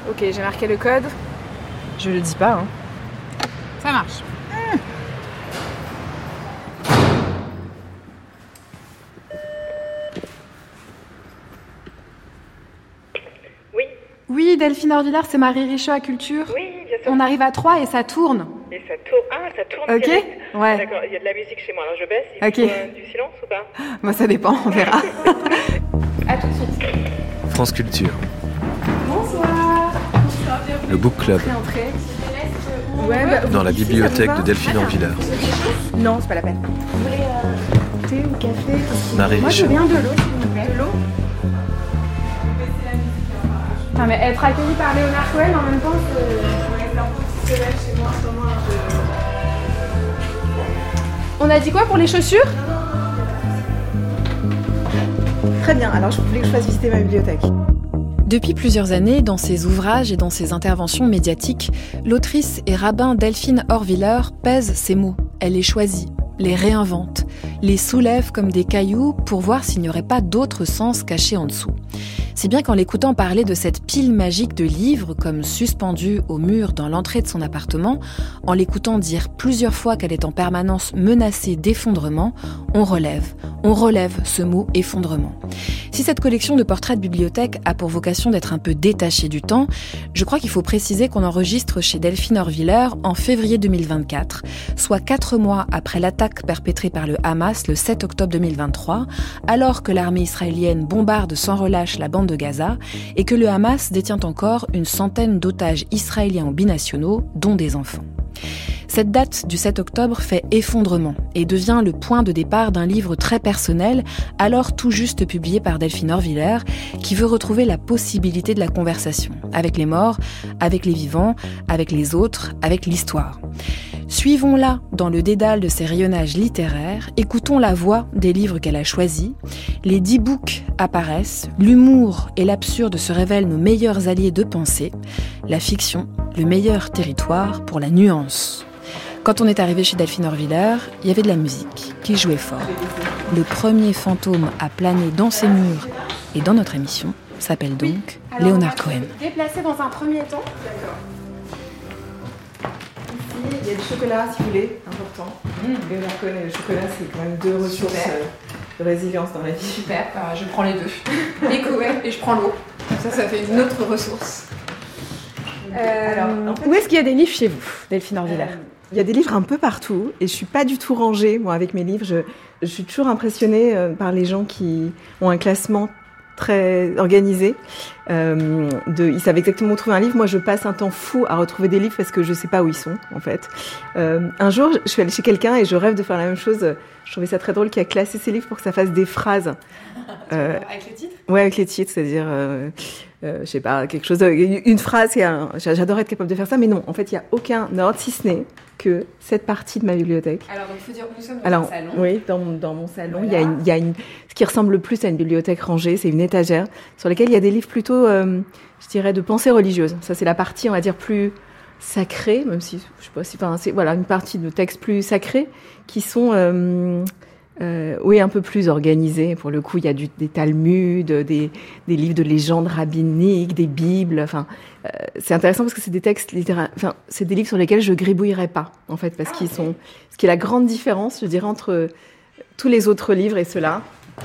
Ok, j'ai marqué le code. Je le dis pas, hein. Ça marche. Oui, Delphine Orvillard, c'est Marie Richaud à Culture. Oui, bien sûr. On arrive à 3 et ça tourne. Et ça tourne. Ah, ça tourne. Ok. Direct. Ouais. D'accord, il y a de la musique chez moi, alors je baisse. Il Ok. faut du silence ou pas? Moi, ça dépend, on verra. À tout de suite. France Culture, Bonsoir. le Book Club, Entrez. Ouais, bah, dans la ici, bibliothèque ça vous de va Delphine Orvillard. Non, c'est pas la peine. Vous voulez thé ou café? Marie Moi, je veux Richaud, bien de l'eau, s'il vous plaît. De l'eau? Non, mais être accueilli par Léonard Cohen en même temps, c'est chez moi en ce moment. On a dit quoi pour les chaussures? Très bien, alors je voulais que je fasse visiter ma bibliothèque. Depuis plusieurs années, dans ses ouvrages et dans ses interventions médiatiques, l'autrice et rabbin Delphine Orvillard pèse ses mots. Elle les choisit, les réinvente, les soulève comme des cailloux pour voir s'il n'y aurait pas d'autre sens caché en dessous. Si bien qu'en l'écoutant parler de cette pile magique de livres comme suspendue au mur dans l'entrée de son appartement, en l'écoutant dire plusieurs fois qu'elle est en permanence menacée d'effondrement, on relève ce mot effondrement. Si cette collection de portraits de bibliothèque a pour vocation d'être un peu détachée du temps, je crois qu'il faut préciser qu'on enregistre chez Delphine Orvillard en février 2024, soit 4 mois après l'attaque perpétrée par le Hamas le 7 octobre 2023, alors que l'armée israélienne bombarde sans relâche la bande de Gaza et que le Hamas détient encore une centaine d'otages israéliens ou binationaux, dont des enfants. Cette date du 7 octobre fait effondrement et devient le point de départ d'un livre très personnel, alors tout juste publié par Delphine Orvillard, qui veut retrouver la possibilité de la conversation avec les morts, avec les vivants, avec les autres, avec l'histoire. Suivons-la dans le dédale de ses rayonnages littéraires, écoutons la voix des livres qu'elle a choisis, les 10 books apparaissent, l'humour et l'absurde se révèlent nos meilleurs alliés de pensée, la fiction, le meilleur territoire pour la nuance. Quand on est arrivé chez Delphine Orvillard, il y avait de la musique qui jouait fort. Le premier fantôme à planer dans ces murs et dans notre émission s'appelle donc Léonard Cohen. Déplacer dans un premier temps. D'accord. Ici, il y a du chocolat, si vous voulez, important. Léonard Cohen et le chocolat, c'est quand même 2 ressources de résilience dans la vie. Super, je prends les 2. Les Cohen et je prends l'eau. Ça fait une autre ressource. Alors, en fait, où est-ce qu'il y a des livres chez vous, Delphine Orvillard? Il y a des livres un peu partout et je suis pas du tout rangée, moi, avec mes livres. Je suis toujours impressionnée par les gens qui ont un classement très organisé. Ils savent exactement où trouver un livre. Moi, je passe un temps fou à retrouver des livres parce que je sais pas où ils sont, en fait. Un jour, je suis allée chez quelqu'un et je rêve de faire la même chose. Je trouvais ça très drôle, qui a classé ses livres pour que ça fasse des phrases. Avec les titres? Ouais, avec les titres, c'est-à-dire, je sais pas, quelque chose, une phrase. J'adore être capable de faire ça, mais non, en fait, il y a aucun ordre, si ce n'est que cette partie de ma bibliothèque. Alors, donc, il faut dire que nous sommes dans un salon. Oui, dans mon salon, Voilà. il y a ce qui ressemble le plus à une bibliothèque rangée, c'est une étagère sur laquelle il y a des livres plutôt, je dirais, de pensée religieuse. Ça, c'est la partie, on va dire, plus sacrée, même si, je sais pas si, enfin, c'est, voilà, une partie de textes plus sacrés qui sont, oui, un peu plus organisés. Pour le coup, il y a des Talmuds, des livres de légendes rabbiniques, des Bibles. Enfin, c'est intéressant parce que c'est des textes littéraires. Enfin, c'est des livres sur lesquels je gribouillerais pas, en fait, parce qu'ils sont. Ce qui est la grande différence, je dirais, entre tous les autres livres et ceux-là.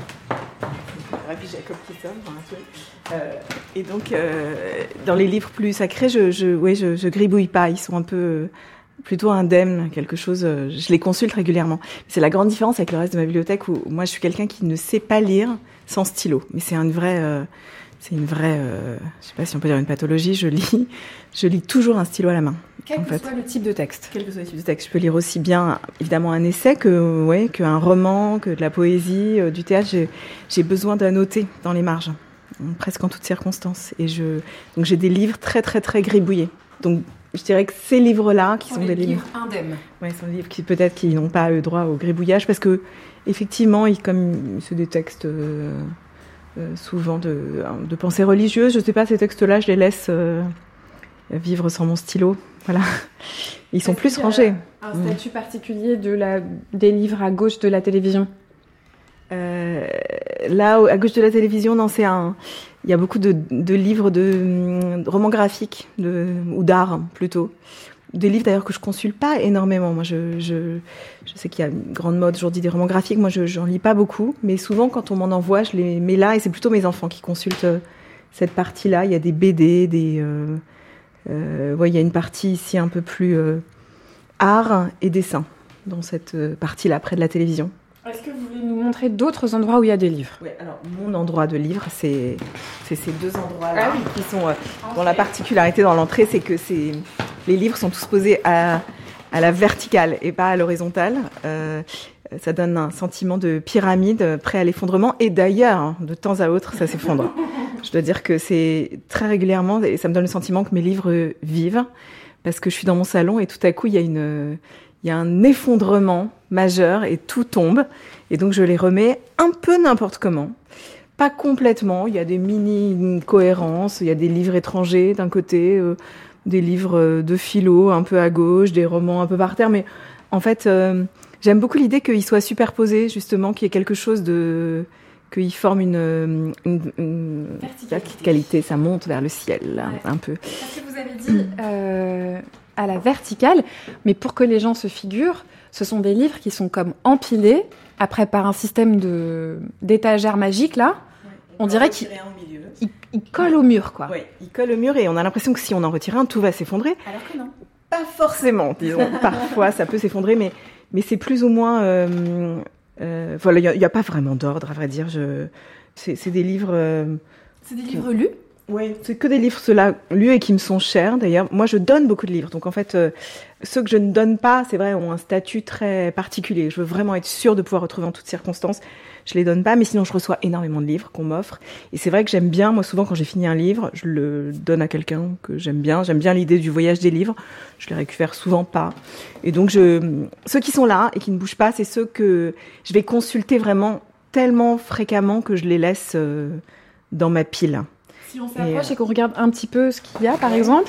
Et puis Jacob qui sonne. Et donc, dans les livres plus sacrés, je gribouille pas. Ils sont un peu plutôt indemne, quelque chose, je les consulte régulièrement. C'est la grande différence avec le reste de ma bibliothèque où moi je suis quelqu'un qui ne sait pas lire sans stylo. Mais c'est une vraie, je sais pas si on peut dire une pathologie, je lis toujours un stylo à la main. Quel que soit le type de texte. Quel que soit le type de texte. Je peux lire aussi bien, évidemment, un essai qu'un roman, que de la poésie, du théâtre. J'ai besoin d'annoter dans les marges, presque en toutes circonstances. Et donc j'ai des livres très, très, très gribouillés. Donc, je dirais que ces livres-là, qui sont des livres indemnes. Ouais, sont des livres qui peut-être qui n'ont pas eu droit au gribouillage, parce que effectivement, comme c'est des textes souvent de pensée religieuse. Je sais pas, ces textes-là, je les laisse vivre sans mon stylo. Voilà, ils sont plus rangés. Un statut particulier des livres à gauche de la télévision. Là, à gauche de la télévision, non, il y a beaucoup de livres de romans graphiques ou d'art plutôt. Des livres d'ailleurs que je consulte pas énormément. Moi, je sais qu'il y a une grande mode aujourd'hui des romans graphiques. Moi, j'en lis pas beaucoup, mais souvent quand on m'en envoie, je les mets là et c'est plutôt mes enfants qui consultent cette partie-là. Il y a des BD, il y a une partie ici un peu plus art et dessin dans cette partie-là près de la télévision. Est-ce que vous voulez nous montrer d'autres endroits où il y a des livres ? Oui, alors mon endroit de livre, c'est ces deux endroits-là qui sont dont la particularité dans l'entrée, c'est que les livres sont tous posés à la verticale et pas à l'horizontale. Ça donne un sentiment de pyramide prêt à l'effondrement. Et d'ailleurs, de temps à autre, ça s'effondre. Je dois dire que c'est très régulièrement, et ça me donne le sentiment que mes livres vivent, parce que je suis dans mon salon et tout à coup, il y a un effondrement majeur et tout tombe. Et donc, je les remets un peu n'importe comment. Pas complètement. Il y a des mini-cohérences. Il y a des livres étrangers d'un côté, des livres de philo un peu à gauche, des romans un peu par terre. Mais en fait, j'aime beaucoup l'idée qu'ils soient superposés, justement, qu'il y ait quelque chose qu'ils forment une verticalité. Ça monte vers le ciel, un peu. Parce que vous avez dit à la verticale, mais pour que les gens se figurent, ce sont des livres qui sont comme empilés, après par un système d'étagères magiques, là. On dirait qu'ils collent au mur, quoi. Oui, ils collent au mur et on a l'impression que si on en retire un, tout va s'effondrer. Alors que non. Pas forcément, disons. Parfois, ça peut s'effondrer, mais c'est plus ou moins... voilà, il n'y a pas vraiment d'ordre, à vrai dire. C'est des livres... c'est des livres lus ? Oui, c'est que des livres, ceux-là, lus et qui me sont chers. D'ailleurs, moi, je donne beaucoup de livres. Donc, en fait, ceux que je ne donne pas, c'est vrai, ont un statut très particulier. Je veux vraiment être sûre de pouvoir retrouver en toutes circonstances. Je les donne pas, mais sinon, je reçois énormément de livres qu'on m'offre. Et c'est vrai que j'aime bien, moi, souvent, quand j'ai fini un livre, je le donne à quelqu'un que j'aime bien. J'aime bien l'idée du voyage des livres. Je les récupère souvent pas. Et donc, ceux qui sont là et qui ne bougent pas, c'est ceux que je vais consulter vraiment tellement fréquemment que je les laisse dans ma pile. Si on s'approche et qu'on regarde un petit peu ce qu'il y a, par exemple.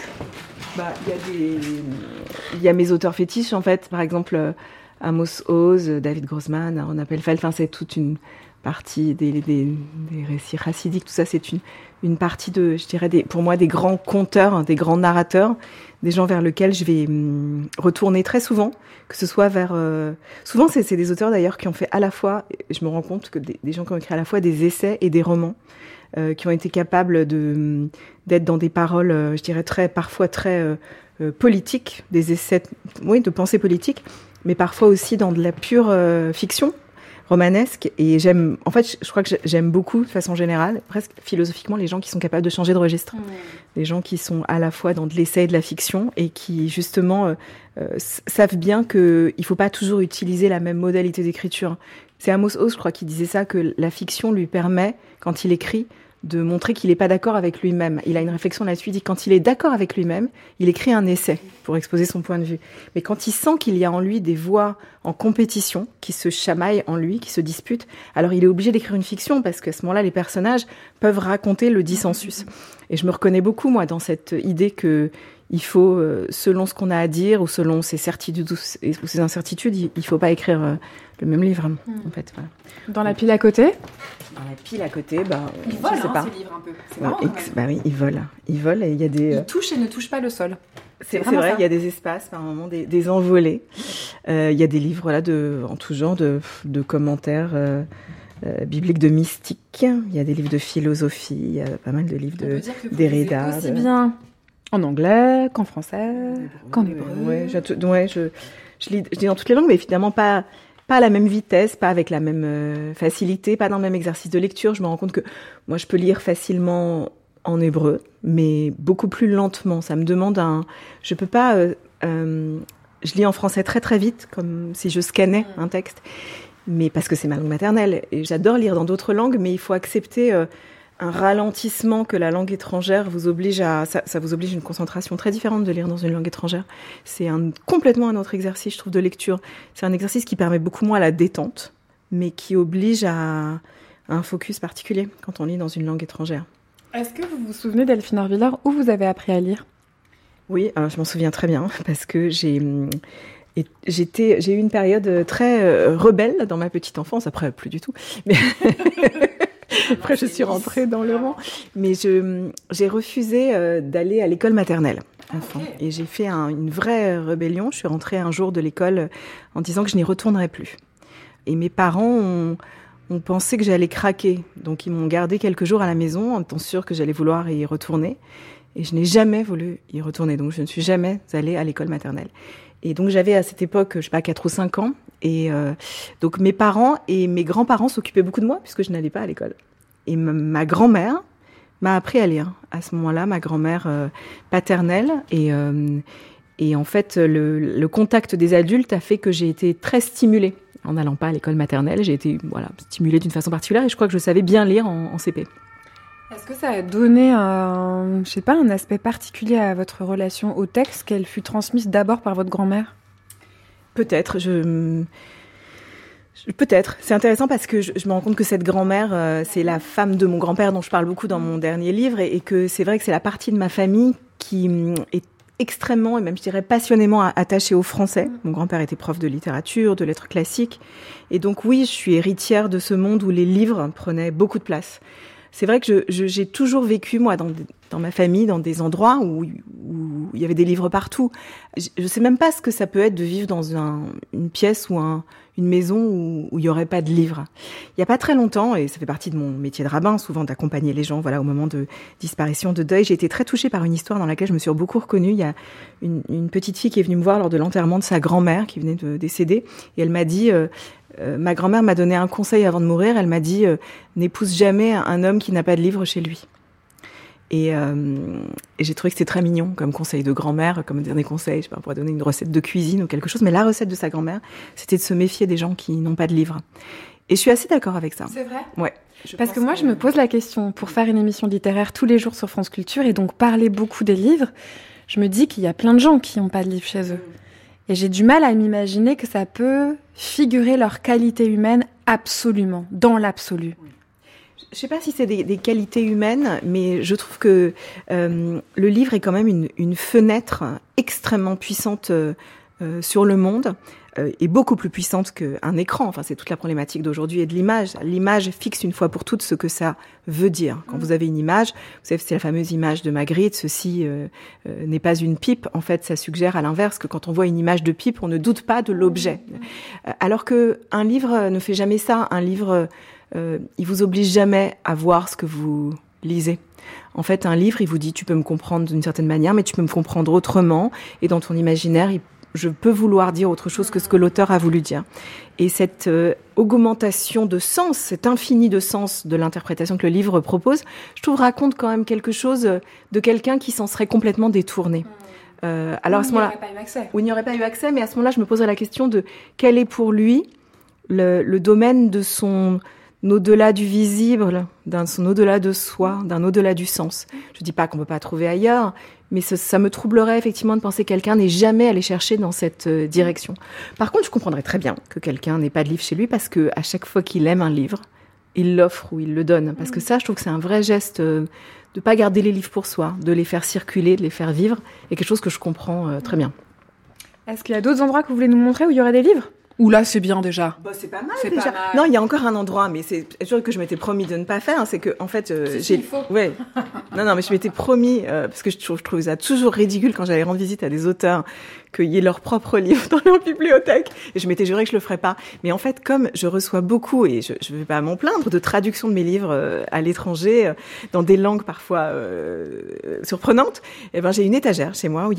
Il y a mes auteurs fétiches, en fait. Par exemple, Amos Oz, David Grossman, Aaron Appelfeld. Enfin, c'est toute une partie des récits chassidiques. Tout ça, c'est une partie je dirais, pour moi, des grands conteurs, des grands narrateurs, des gens vers lesquels je vais retourner très souvent, que ce soit vers... Souvent, c'est des auteurs, d'ailleurs, qui ont fait à la fois... Je me rends compte que des gens qui ont écrit à la fois des essais et des romans, qui ont été capables d'être dans des paroles, je dirais, parfois très politiques, des essais de pensée politique, mais parfois aussi dans de la pure fiction romanesque. Et je crois que j'aime beaucoup, de façon générale, presque philosophiquement, les gens qui sont capables de changer de registre. Les gens qui sont à la fois dans de l'essai et de la fiction et qui, justement, savent bien qu'il ne faut pas toujours utiliser la même modalité d'écriture. C'est Amos Oz, je crois, qui disait ça, que la fiction lui permet, quand il écrit, de montrer qu'il n'est pas d'accord avec lui-même. Il a une réflexion là-dessus, il dit que quand il est d'accord avec lui-même, il écrit un essai pour exposer son point de vue. Mais quand il sent qu'il y a en lui des voix en compétition, qui se chamaillent en lui, qui se disputent, alors il est obligé d'écrire une fiction, parce qu'à ce moment-là, les personnages peuvent raconter le dissensus. Et je me reconnais beaucoup, moi, dans cette idée que il faut, selon ce qu'on a à dire, ou selon ses certitudes ou ses incertitudes, il ne faut pas écrire le même livre, en fait. Voilà. Dans la pile à côté ? Dans la pile à côté, il vole, ces livres, un peu. C'est marrant, oui, il vole. Il vole et il y a des... Il touche et ne touche pas le sol. C'est vrai, il y a des espaces, par moments, des envolées. Il y a des livres là, en tout genre, de commentaires bibliques, de mystique. Il y a des livres de philosophie, il y a pas mal de livres d'Derrida. Aussi bien en anglais qu'en français, qu'en hébreu. Je lis dans toutes les langues, mais finalement pas à la même vitesse, pas avec la même facilité, pas dans le même exercice de lecture. Je me rends compte que moi, je peux lire facilement en hébreu, mais beaucoup plus lentement. Ça me demande je peux pas... je lis en français très très vite, comme si je scannais un texte, mais parce que c'est ma langue maternelle. Et j'adore lire dans d'autres langues, mais il faut accepter un ralentissement que la langue étrangère vous oblige à... Ça vous oblige une concentration très différente de lire dans une langue étrangère. C'est complètement un autre exercice, je trouve, de lecture. C'est un exercice qui permet beaucoup moins la détente, mais qui oblige à un focus particulier quand on lit dans une langue étrangère. Est-ce que vous vous souvenez, Delphine Orvilleur, où vous avez appris à lire ? Oui, alors je m'en souviens très bien, parce que j'ai eu une période très rebelle dans ma petite enfance, après plus du tout, mais Après, je suis rentrée dans le rang. Mais j'ai refusé d'aller à l'école maternelle. Enfant. Okay. Et j'ai fait une vraie rébellion. Je suis rentrée un jour de l'école en disant que je n'y retournerais plus. Et mes parents ont pensé que j'allais craquer. Donc, ils m'ont gardée quelques jours à la maison en étant sûre que j'allais vouloir y retourner. Et je n'ai jamais voulu y retourner. Donc, je ne suis jamais allée à l'école maternelle. Et donc, j'avais à cette époque, 4 ou 5 ans. Et donc, mes parents et mes grands-parents s'occupaient beaucoup de moi puisque je n'allais pas à l'école. Et ma grand-mère m'a appris à lire. À ce moment-là, ma grand-mère paternelle. Et en fait, le contact des adultes a fait que j'ai été très stimulée en n'allant pas à l'école maternelle. J'ai été stimulée d'une façon particulière et je crois que je savais bien lire en CP. Est-ce que ça a donné un aspect particulier à votre relation au texte, qu'elle fut transmise d'abord par votre grand-mère ? Peut-être. Peut-être. C'est intéressant parce que je me rends compte que cette grand-mère, c'est la femme de mon grand-père dont je parle beaucoup dans mon dernier livre et que c'est vrai que c'est la partie de ma famille qui est extrêmement et même je dirais passionnément attachée au français. Mon grand-père était prof de littérature, de lettres classiques et donc oui, je suis héritière de ce monde où les livres prenaient beaucoup de place. C'est vrai que j'ai toujours vécu, moi, dans ma famille, dans des endroits où il y avait des livres partout. Je sais même pas ce que ça peut être de vivre dans une pièce ou une maison où il y aurait pas de livres. Il y a pas très longtemps, et ça fait partie de mon métier de rabbin, souvent d'accompagner les gens, au moment de disparition, de deuil. J'ai été très touchée par une histoire dans laquelle je me suis beaucoup reconnue. Il y a une petite fille qui est venue me voir lors de l'enterrement de sa grand-mère qui venait de décéder, et elle m'a dit. Ma grand-mère m'a donné un conseil avant de mourir. Elle m'a dit n'épouse jamais un homme qui n'a pas de livre chez lui. Et j'ai trouvé que c'était très mignon comme conseil de grand-mère, comme dernier conseil, je sais pas, on pourrait donner une recette de cuisine ou quelque chose. Mais la recette de sa grand-mère, c'était de se méfier des gens qui n'ont pas de livre. Et je suis assez d'accord avec ça. C'est vrai ? Ouais. Parce que moi, je me pose la question, pour faire une émission littéraire tous les jours sur France Culture et donc parler beaucoup des livres, je me dis qu'il y a plein de gens qui n'ont pas de livre chez eux. Et j'ai du mal à m'imaginer que ça peut figurer leur qualité humaine absolument, dans l'absolu. Je ne sais pas si c'est des qualités humaines, mais je trouve que le livre est quand même une fenêtre extrêmement puissante sur le monde, et beaucoup plus puissante qu'un écran. Enfin, c'est toute la problématique d'aujourd'hui et de l'image. L'image fixe une fois pour toutes ce que ça veut dire. Quand vous avez une image, vous savez, c'est la fameuse image de Magritte, ceci n'est pas une pipe. En fait, ça suggère à l'inverse que quand on voit une image de pipe, on ne doute pas de l'objet. Alors qu'un livre ne fait jamais ça. Un livre, il vous oblige jamais à voir ce que vous lisez. En fait, un livre, il vous dit, tu peux me comprendre d'une certaine manière, mais tu peux me comprendre autrement. Et dans ton imaginaire, je peux vouloir dire autre chose que ce que l'auteur a voulu dire. Et cette augmentation de sens, cet infini de sens de l'interprétation que le livre propose, je trouve raconte quand même quelque chose de quelqu'un qui s'en serait complètement détourné. Alors à ce moment-là, où il n'y aurait pas eu accès, mais à ce moment-là, je me poserais la question de quel est pour lui le domaine de son au-delà du visible, son au-delà de soi, d'un au-delà du sens. Je dis pas qu'on peut pas trouver ailleurs, mais ça me troublerait effectivement de penser que quelqu'un n'est jamais allé chercher dans cette direction. Par contre, je comprendrais très bien que quelqu'un n'ait pas de livre chez lui parce que à chaque fois qu'il aime un livre, il l'offre ou il le donne. Parce que ça, je trouve que c'est un vrai geste de pas garder les livres pour soi, de les faire circuler, de les faire vivre, et quelque chose que je comprends très bien. Est-ce qu'il y a d'autres endroits que vous voulez nous montrer où il y aurait des livres ? Ou là, c'est bien déjà. C'est pas mal déjà. Non, il y a encore un endroit, mais c'est sûr que je m'étais promis de ne pas faire. C'est que en fait, il faut. Ouais. Non, mais je m'étais promis parce que je trouvais ça toujours ridicule quand j'allais rendre visite à des auteurs qu'il y ait leur propre livre dans leur bibliothèque. Et je m'étais juré que je le ferais pas. Mais en fait, comme je reçois beaucoup, et je vais pas m'en plaindre, de traductions de mes livres à l'étranger, dans des langues parfois surprenantes, eh ben j'ai une étagère chez moi où il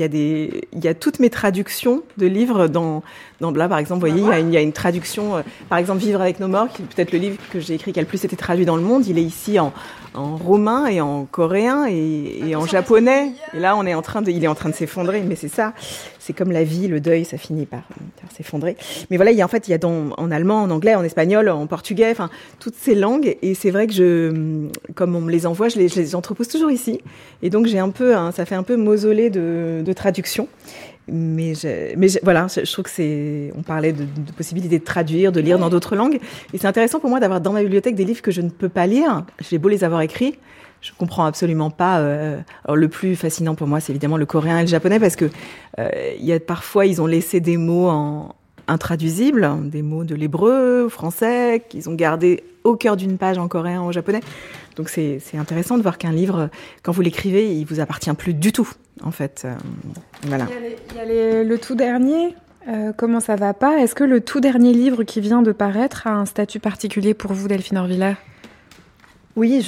y a toutes mes traductions de livres dans là, par exemple, vous voyez, il y a une traduction, par exemple, Vivre avec nos morts, qui est peut-être le livre que j'ai écrit qui a le plus été traduit dans le monde. Il est ici en roumain et en coréen et en japonais. Et là, il est en train de s'effondrer. Mais c'est ça. C'est comme la vie, le deuil, ça finit par s'effondrer. Mais voilà, il y a en allemand, en anglais, en espagnol, en portugais, enfin, toutes ces langues. Et c'est vrai que comme on me les envoie, je les entrepose toujours ici. Et donc, j'ai ça fait un peu mausolée de traduction. Mais voilà, je trouve que on parlait de possibilité de traduire, de lire dans d'autres langues. Et c'est intéressant pour moi d'avoir dans ma bibliothèque des livres que je ne peux pas lire. J'ai beau les avoir écrits, je comprends absolument pas. Alors le plus fascinant pour moi, c'est évidemment le coréen et le japonais parce que parfois ils ont laissé des mots intraduisibles, des mots de l'hébreu au français, qu'ils ont gardés au cœur d'une page en coréen, en japonais. Donc c'est intéressant de voir qu'un livre, quand vous l'écrivez, il vous appartient plus du tout, en fait. Voilà. Il y a le tout dernier, Comment ça va pas ? Est-ce que le tout dernier livre qui vient de paraître a un statut particulier pour vous, Delphine Orvilleur ? Oui,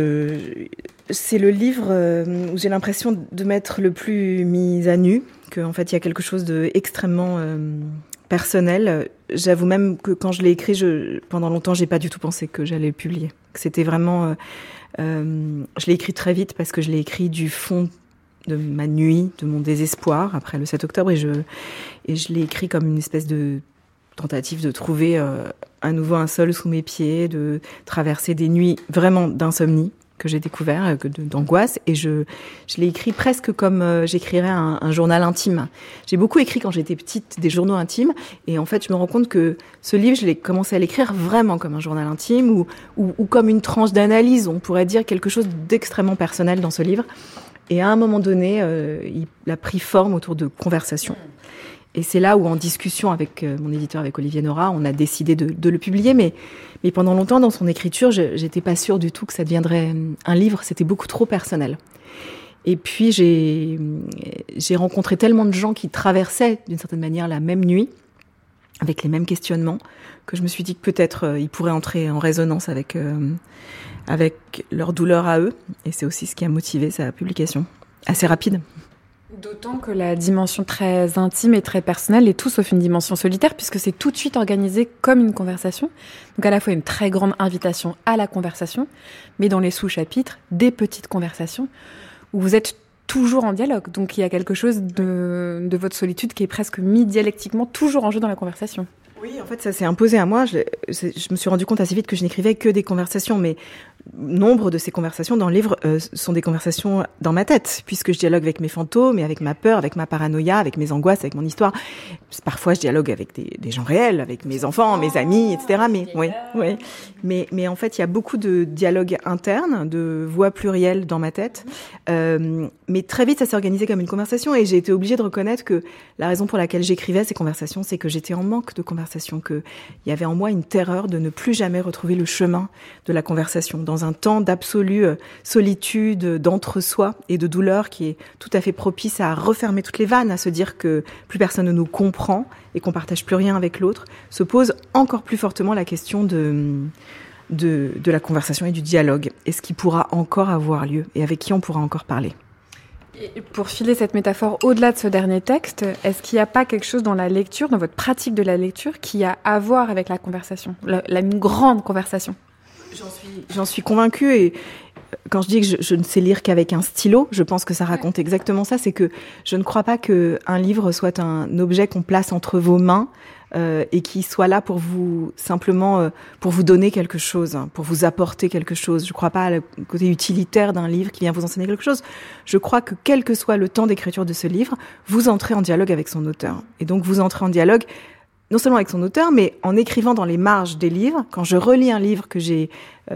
c'est le livre où j'ai l'impression de m'être le plus mise à nu, qu'en fait il y a quelque chose d'extrêmement personnel. J'avoue même que quand je l'ai écrit, pendant longtemps, j'ai pas du tout pensé que j'allais le publier. C'était vraiment, je l'ai écrit très vite parce que je l'ai écrit du fond de ma nuit, de mon désespoir après le 7 octobre, et je l'ai écrit comme une espèce de tentative de trouver à nouveau un sol sous mes pieds, de traverser des nuits vraiment d'insomnie que j'ai découvert, d'angoisse, et je l'ai écrit presque comme j'écrirais un journal intime. J'ai beaucoup écrit quand j'étais petite des journaux intimes, et en fait je me rends compte que ce livre, je l'ai commencé à l'écrire vraiment comme un journal intime, ou comme une tranche d'analyse, on pourrait dire quelque chose d'extrêmement personnel dans ce livre. Et à un moment donné, il a pris forme autour de conversations. Et c'est là où, en discussion avec mon éditeur, avec Olivier Nora, on a décidé de le publier. Mais pendant longtemps, dans son écriture, j'étais pas sûre du tout que ça deviendrait un livre. C'était beaucoup trop personnel. Et puis, j'ai rencontré tellement de gens qui traversaient, d'une certaine manière, la même nuit, avec les mêmes questionnements, que je me suis dit que peut-être ils pourraient entrer en résonance avec leur douleur à eux. Et c'est aussi ce qui a motivé sa publication. Assez rapide. D'autant que la dimension très intime et très personnelle est tout sauf une dimension solitaire, puisque c'est tout de suite organisé comme une conversation. Donc à la fois une très grande invitation à la conversation, mais dans les sous-chapitres, des petites conversations où vous êtes toujours en dialogue. Donc il y a quelque chose de votre solitude qui est presque mis dialectiquement toujours en jeu dans la conversation. Oui, en fait, ça s'est imposé à moi. Je me suis rendu compte assez vite que je n'écrivais que des conversations, mais nombre de ces conversations dans le livre sont des conversations dans ma tête, puisque je dialogue avec mes fantômes, et avec ma peur, avec ma paranoïa, avec mes angoisses, avec mon histoire. Parfois, je dialogue avec des gens réels, avec mes enfants, mes amis, etc. Mais en fait, il y a beaucoup de dialogues internes, de voix plurielles dans ma tête. Mais très vite, ça s'est organisé comme une conversation, et j'ai été obligée de reconnaître que la raison pour laquelle j'écrivais ces conversations, c'est que j'étais en manque de conversation, qu'il y avait en moi une terreur de ne plus jamais retrouver le chemin de la conversation, dans un temps d'absolue solitude, d'entre-soi et de douleur qui est tout à fait propice à refermer toutes les vannes, à se dire que plus personne ne nous comprend et qu'on partage plus rien avec l'autre, se pose encore plus fortement la question de la conversation et du dialogue. Est-ce qu'il pourra encore avoir lieu et avec qui on pourra encore parler ? Et pour filer cette métaphore au-delà de ce dernier texte, est-ce qu'il n'y a pas quelque chose dans la lecture, dans votre pratique de la lecture, qui a à voir avec la conversation, une grande conversation ? J'en suis convaincue, et quand je dis que je ne sais lire qu'avec un stylo, je pense que ça raconte exactement ça. C'est que je ne crois pas qu'un livre soit un objet qu'on place entre vos mains et qui soit là pour vous simplement pour vous donner quelque chose, pour vous apporter quelque chose. Je ne crois pas au côté utilitaire d'un livre qui vient vous enseigner quelque chose. Je crois que quel que soit le temps d'écriture de ce livre, vous entrez en dialogue avec son auteur. Et donc vous entrez en dialogue non seulement avec son auteur, mais en écrivant dans les marges des livres. Quand je relis un livre que j'ai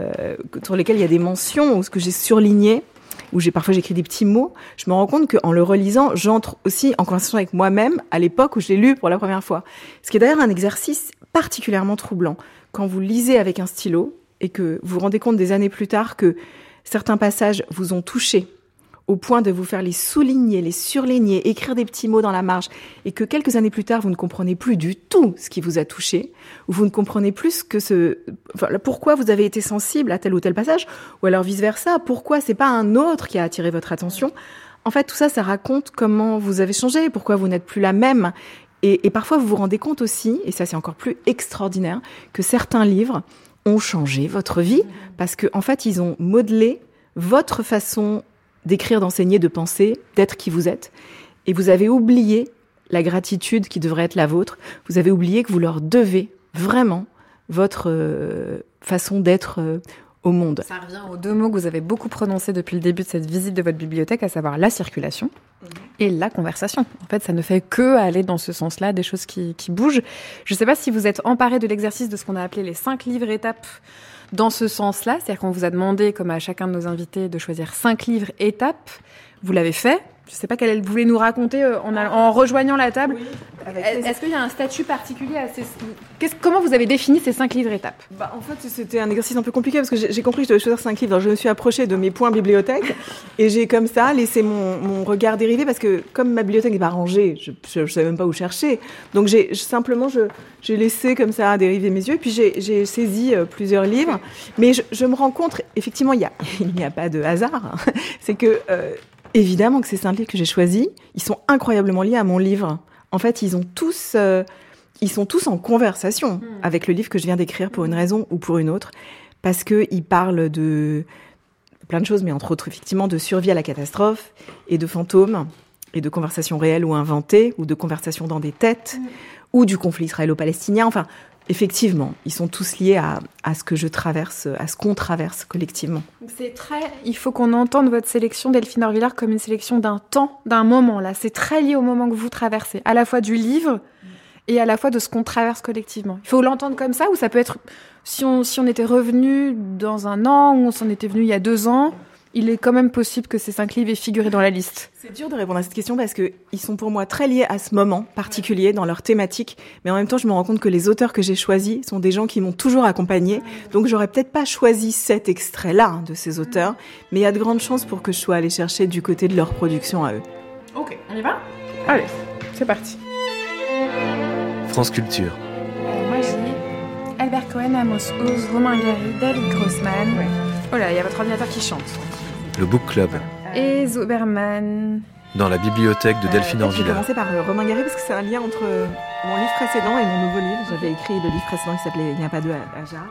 sur lesquels il y a des mentions, ou ce que j'ai surligné, où parfois j'écris des petits mots, je me rends compte qu'en le relisant, j'entre aussi en conversation avec moi-même à l'époque où je l'ai lu pour la première fois. Ce qui est d'ailleurs un exercice particulièrement troublant. Quand vous lisez avec un stylo et que vous vous rendez compte des années plus tard que certains passages vous ont touché, au point de vous faire les souligner, les surligner, écrire des petits mots dans la marge, et que quelques années plus tard, vous ne comprenez plus du tout ce qui vous a touché, ou vous ne comprenez plus pourquoi vous avez été sensible à tel ou tel passage, ou alors vice-versa, pourquoi c'est pas un autre qui a attiré votre attention. En fait, tout ça, ça raconte comment vous avez changé, pourquoi vous n'êtes plus la même. Et parfois, vous vous rendez compte aussi, et ça c'est encore plus extraordinaire, que certains livres ont changé votre vie, parce que en fait, ils ont modelé votre façon d'écrire, d'enseigner, de penser, d'être qui vous êtes. Et vous avez oublié la gratitude qui devrait être la vôtre. Vous avez oublié que vous leur devez vraiment votre façon d'être au monde. Ça revient aux deux mots que vous avez beaucoup prononcés depuis le début de cette visite de votre bibliothèque, à savoir la circulation et la conversation. En fait, ça ne fait que aller dans ce sens-là, des choses qui bougent. Je ne sais pas si vous êtes emparé de l'exercice de ce qu'on a appelé les 5 livres étapes dans ce sens-là, c'est-à-dire qu'on vous a demandé, comme à chacun de nos invités, de choisir 5 livres étapes. Vous l'avez fait, je sais pas quelle elle voulait nous raconter en rejoignant la table. Oui, Est-ce qu'il y a un statut particulier à comment vous avez défini ces 5 livres étapes? En fait, c'était un exercice un peu compliqué parce que j'ai compris que je devais choisir 5 livres. Alors, je me suis approchée de mes points bibliothèque et j'ai comme ça laissé mon regard dériver parce que comme ma bibliothèque n'est pas rangée, je savais même pas où chercher. Donc j'ai laissé comme ça dériver mes yeux et puis j'ai saisi plusieurs livres. Mais je me rends compte, effectivement, il n'y a pas de hasard. C'est que évidemment que ces 5 livres que j'ai choisis, ils sont incroyablement liés à mon livre. En fait, ils sont tous en conversation avec le livre que je viens d'écrire pour une raison ou pour une autre, parce qu'ils parlent de plein de choses, mais entre autres, effectivement, de survie à la catastrophe et de fantômes et de conversations réelles ou inventées ou de conversations dans des têtes ou du conflit israélo-palestinien. Enfin, effectivement, ils sont tous liés à ce que je traverse, à ce qu'on traverse collectivement. Il faut qu'on entende votre sélection, Delphine Horvillers, comme une sélection d'un temps, d'un moment. Là, c'est très lié au moment que vous traversez, à la fois du livre et à la fois de ce qu'on traverse collectivement. Il faut l'entendre comme ça, ou ça peut être si on était revenu dans un an ou on s'en était venu il y a 2 ans. Il est quand même possible que ces 5 livres aient figuré dans la liste. C'est dur de répondre à cette question parce que ils sont pour moi très liés à ce moment particulier dans leur thématique. Mais en même temps, je me rends compte que les auteurs que j'ai choisis sont des gens qui m'ont toujours accompagnée. Donc, j'aurais peut-être pas choisi cet extrait-là de ces auteurs. Mais il y a de grandes chances pour que je sois allée chercher du côté de leur production à eux. Ok, on y va ? Allez, c'est parti. France Culture. Moi, j'ai Albert Cohen, Amos Oz, Romain Gary, David Grossman. Ouais. Oh là, il y a votre ordinateur qui chante. Le Book Club. Et Zoberman. Dans la bibliothèque de Delphine Horvillers. Je vais commencer par Romain Gary parce que c'est un lien entre mon livre précédent et mon nouveau livre. J'avais écrit le livre précédent qui s'appelait Il n'y a pas de hasard.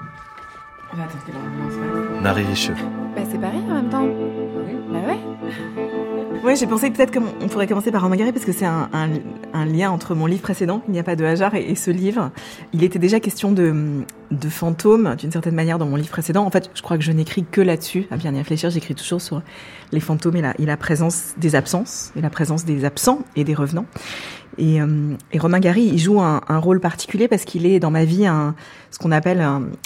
Marie Richeux. C'est pareil en même temps. Oui. Bah ouais. Ouais, j'ai pensé peut-être qu'on pourrait commencer par Romain Gary parce que c'est un lien entre mon livre précédent, Il n'y a pas de hasard, et ce livre. Il était déjà question de fantômes, d'une certaine manière, dans mon livre précédent. En fait, je crois que je n'écris que là-dessus, à bien y réfléchir. J'écris toujours sur les fantômes et la présence des absences, et la présence des absents et des revenants. Et Romain Gary, il joue un rôle particulier parce qu'il est dans ma vie ce qu'on appelle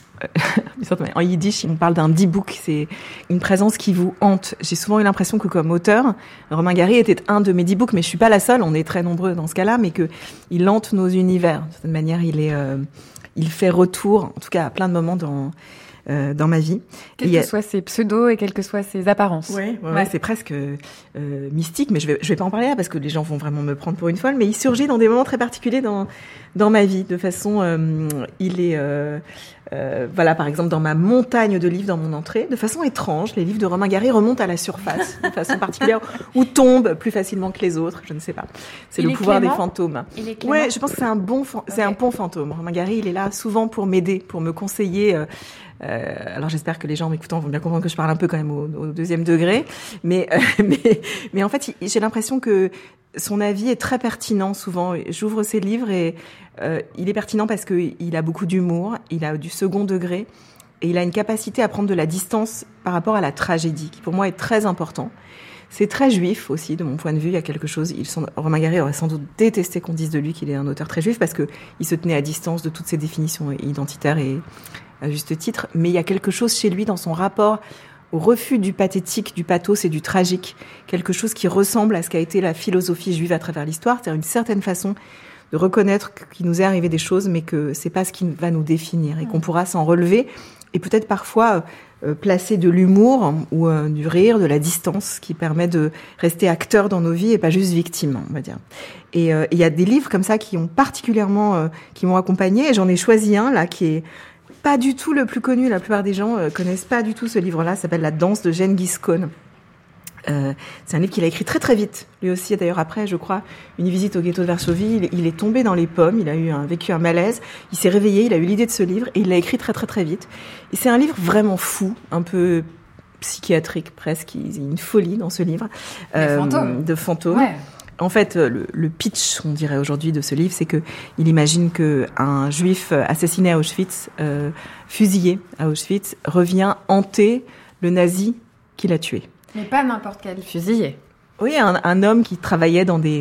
en yiddish, on parle d'un dibouk, c'est une présence qui vous hante. J'ai souvent eu l'impression que comme auteur, Romain Gary était un de mes dibouks, mais je suis pas la seule, on est très nombreux dans ce cas-là, mais que il hante nos univers. De cette manière, il fait retour, en tout cas à plein de moments dans ma vie. Quels que soient ses pseudos et quelles que soient ses apparences. Ouais, c'est presque mystique, mais je vais pas en parler là parce que les gens vont vraiment me prendre pour une folle, mais il surgit dans des moments très particuliers dans ma vie. De façon, il est par exemple dans ma montagne de livres dans mon entrée, de façon étrange, les livres de Romain Gary remontent à la surface de façon particulière ou tombent plus facilement que les autres, je ne sais pas. C'est le pouvoir des fantômes. Il est clément. Ouais, je pense que c'est un bon fantôme. Romain Gary, il est là souvent pour m'aider, pour me conseiller. Alors j'espère que les gens m'écoutant vont bien comprendre que je parle un peu quand même au deuxième degré, mais en fait j'ai l'impression que son avis est très pertinent souvent. J'ouvre ses livres et il est pertinent parce que il a beaucoup d'humour, il a du second degré et il a une capacité à prendre de la distance par rapport à la tragédie qui pour moi est très important. C'est très juif aussi de mon point de vue. Il y a quelque chose. Romain Gary aurait sans doute détesté qu'on dise de lui qu'il est un auteur très juif parce que il se tenait à distance de toutes ces définitions identitaires et à juste titre, mais il y a quelque chose chez lui dans son rapport au refus du pathétique, du pathos et du tragique, quelque chose qui ressemble à ce qu'a été la philosophie juive à travers l'histoire, c'est-à-dire une certaine façon de reconnaître qu'il nous est arrivé des choses, mais que c'est pas ce qui va nous définir et qu'on pourra s'en relever et peut-être parfois placer de l'humour ou du rire, de la distance qui permet de rester acteur dans nos vies et pas juste victime, on va dire. Et il y a des livres comme ça qui ont particulièrement, qui m'ont accompagnée et j'en ai choisi un là qui est pas du tout le plus connu, la plupart des gens connaissent pas du tout ce livre-là, ça s'appelle La danse de Gengis Khan. C'est un livre qu'il a écrit très très vite. Lui aussi, d'ailleurs, après, je crois, une visite au ghetto de Varsovie, il est tombé dans les pommes, il a vécu un malaise, il s'est réveillé, il a eu l'idée de ce livre et il l'a écrit très très très vite. Et c'est un livre vraiment fou, un peu psychiatrique presque, il y a une folie dans ce livre. De fantômes. Ouais. En fait, le pitch, on dirait aujourd'hui, de ce livre, c'est que il imagine que un juif assassiné à Auschwitz, fusillé à Auschwitz, revient hanter le nazi qui l'a tué. Mais pas n'importe quel fusillé. Oui, un homme qui travaillait dans des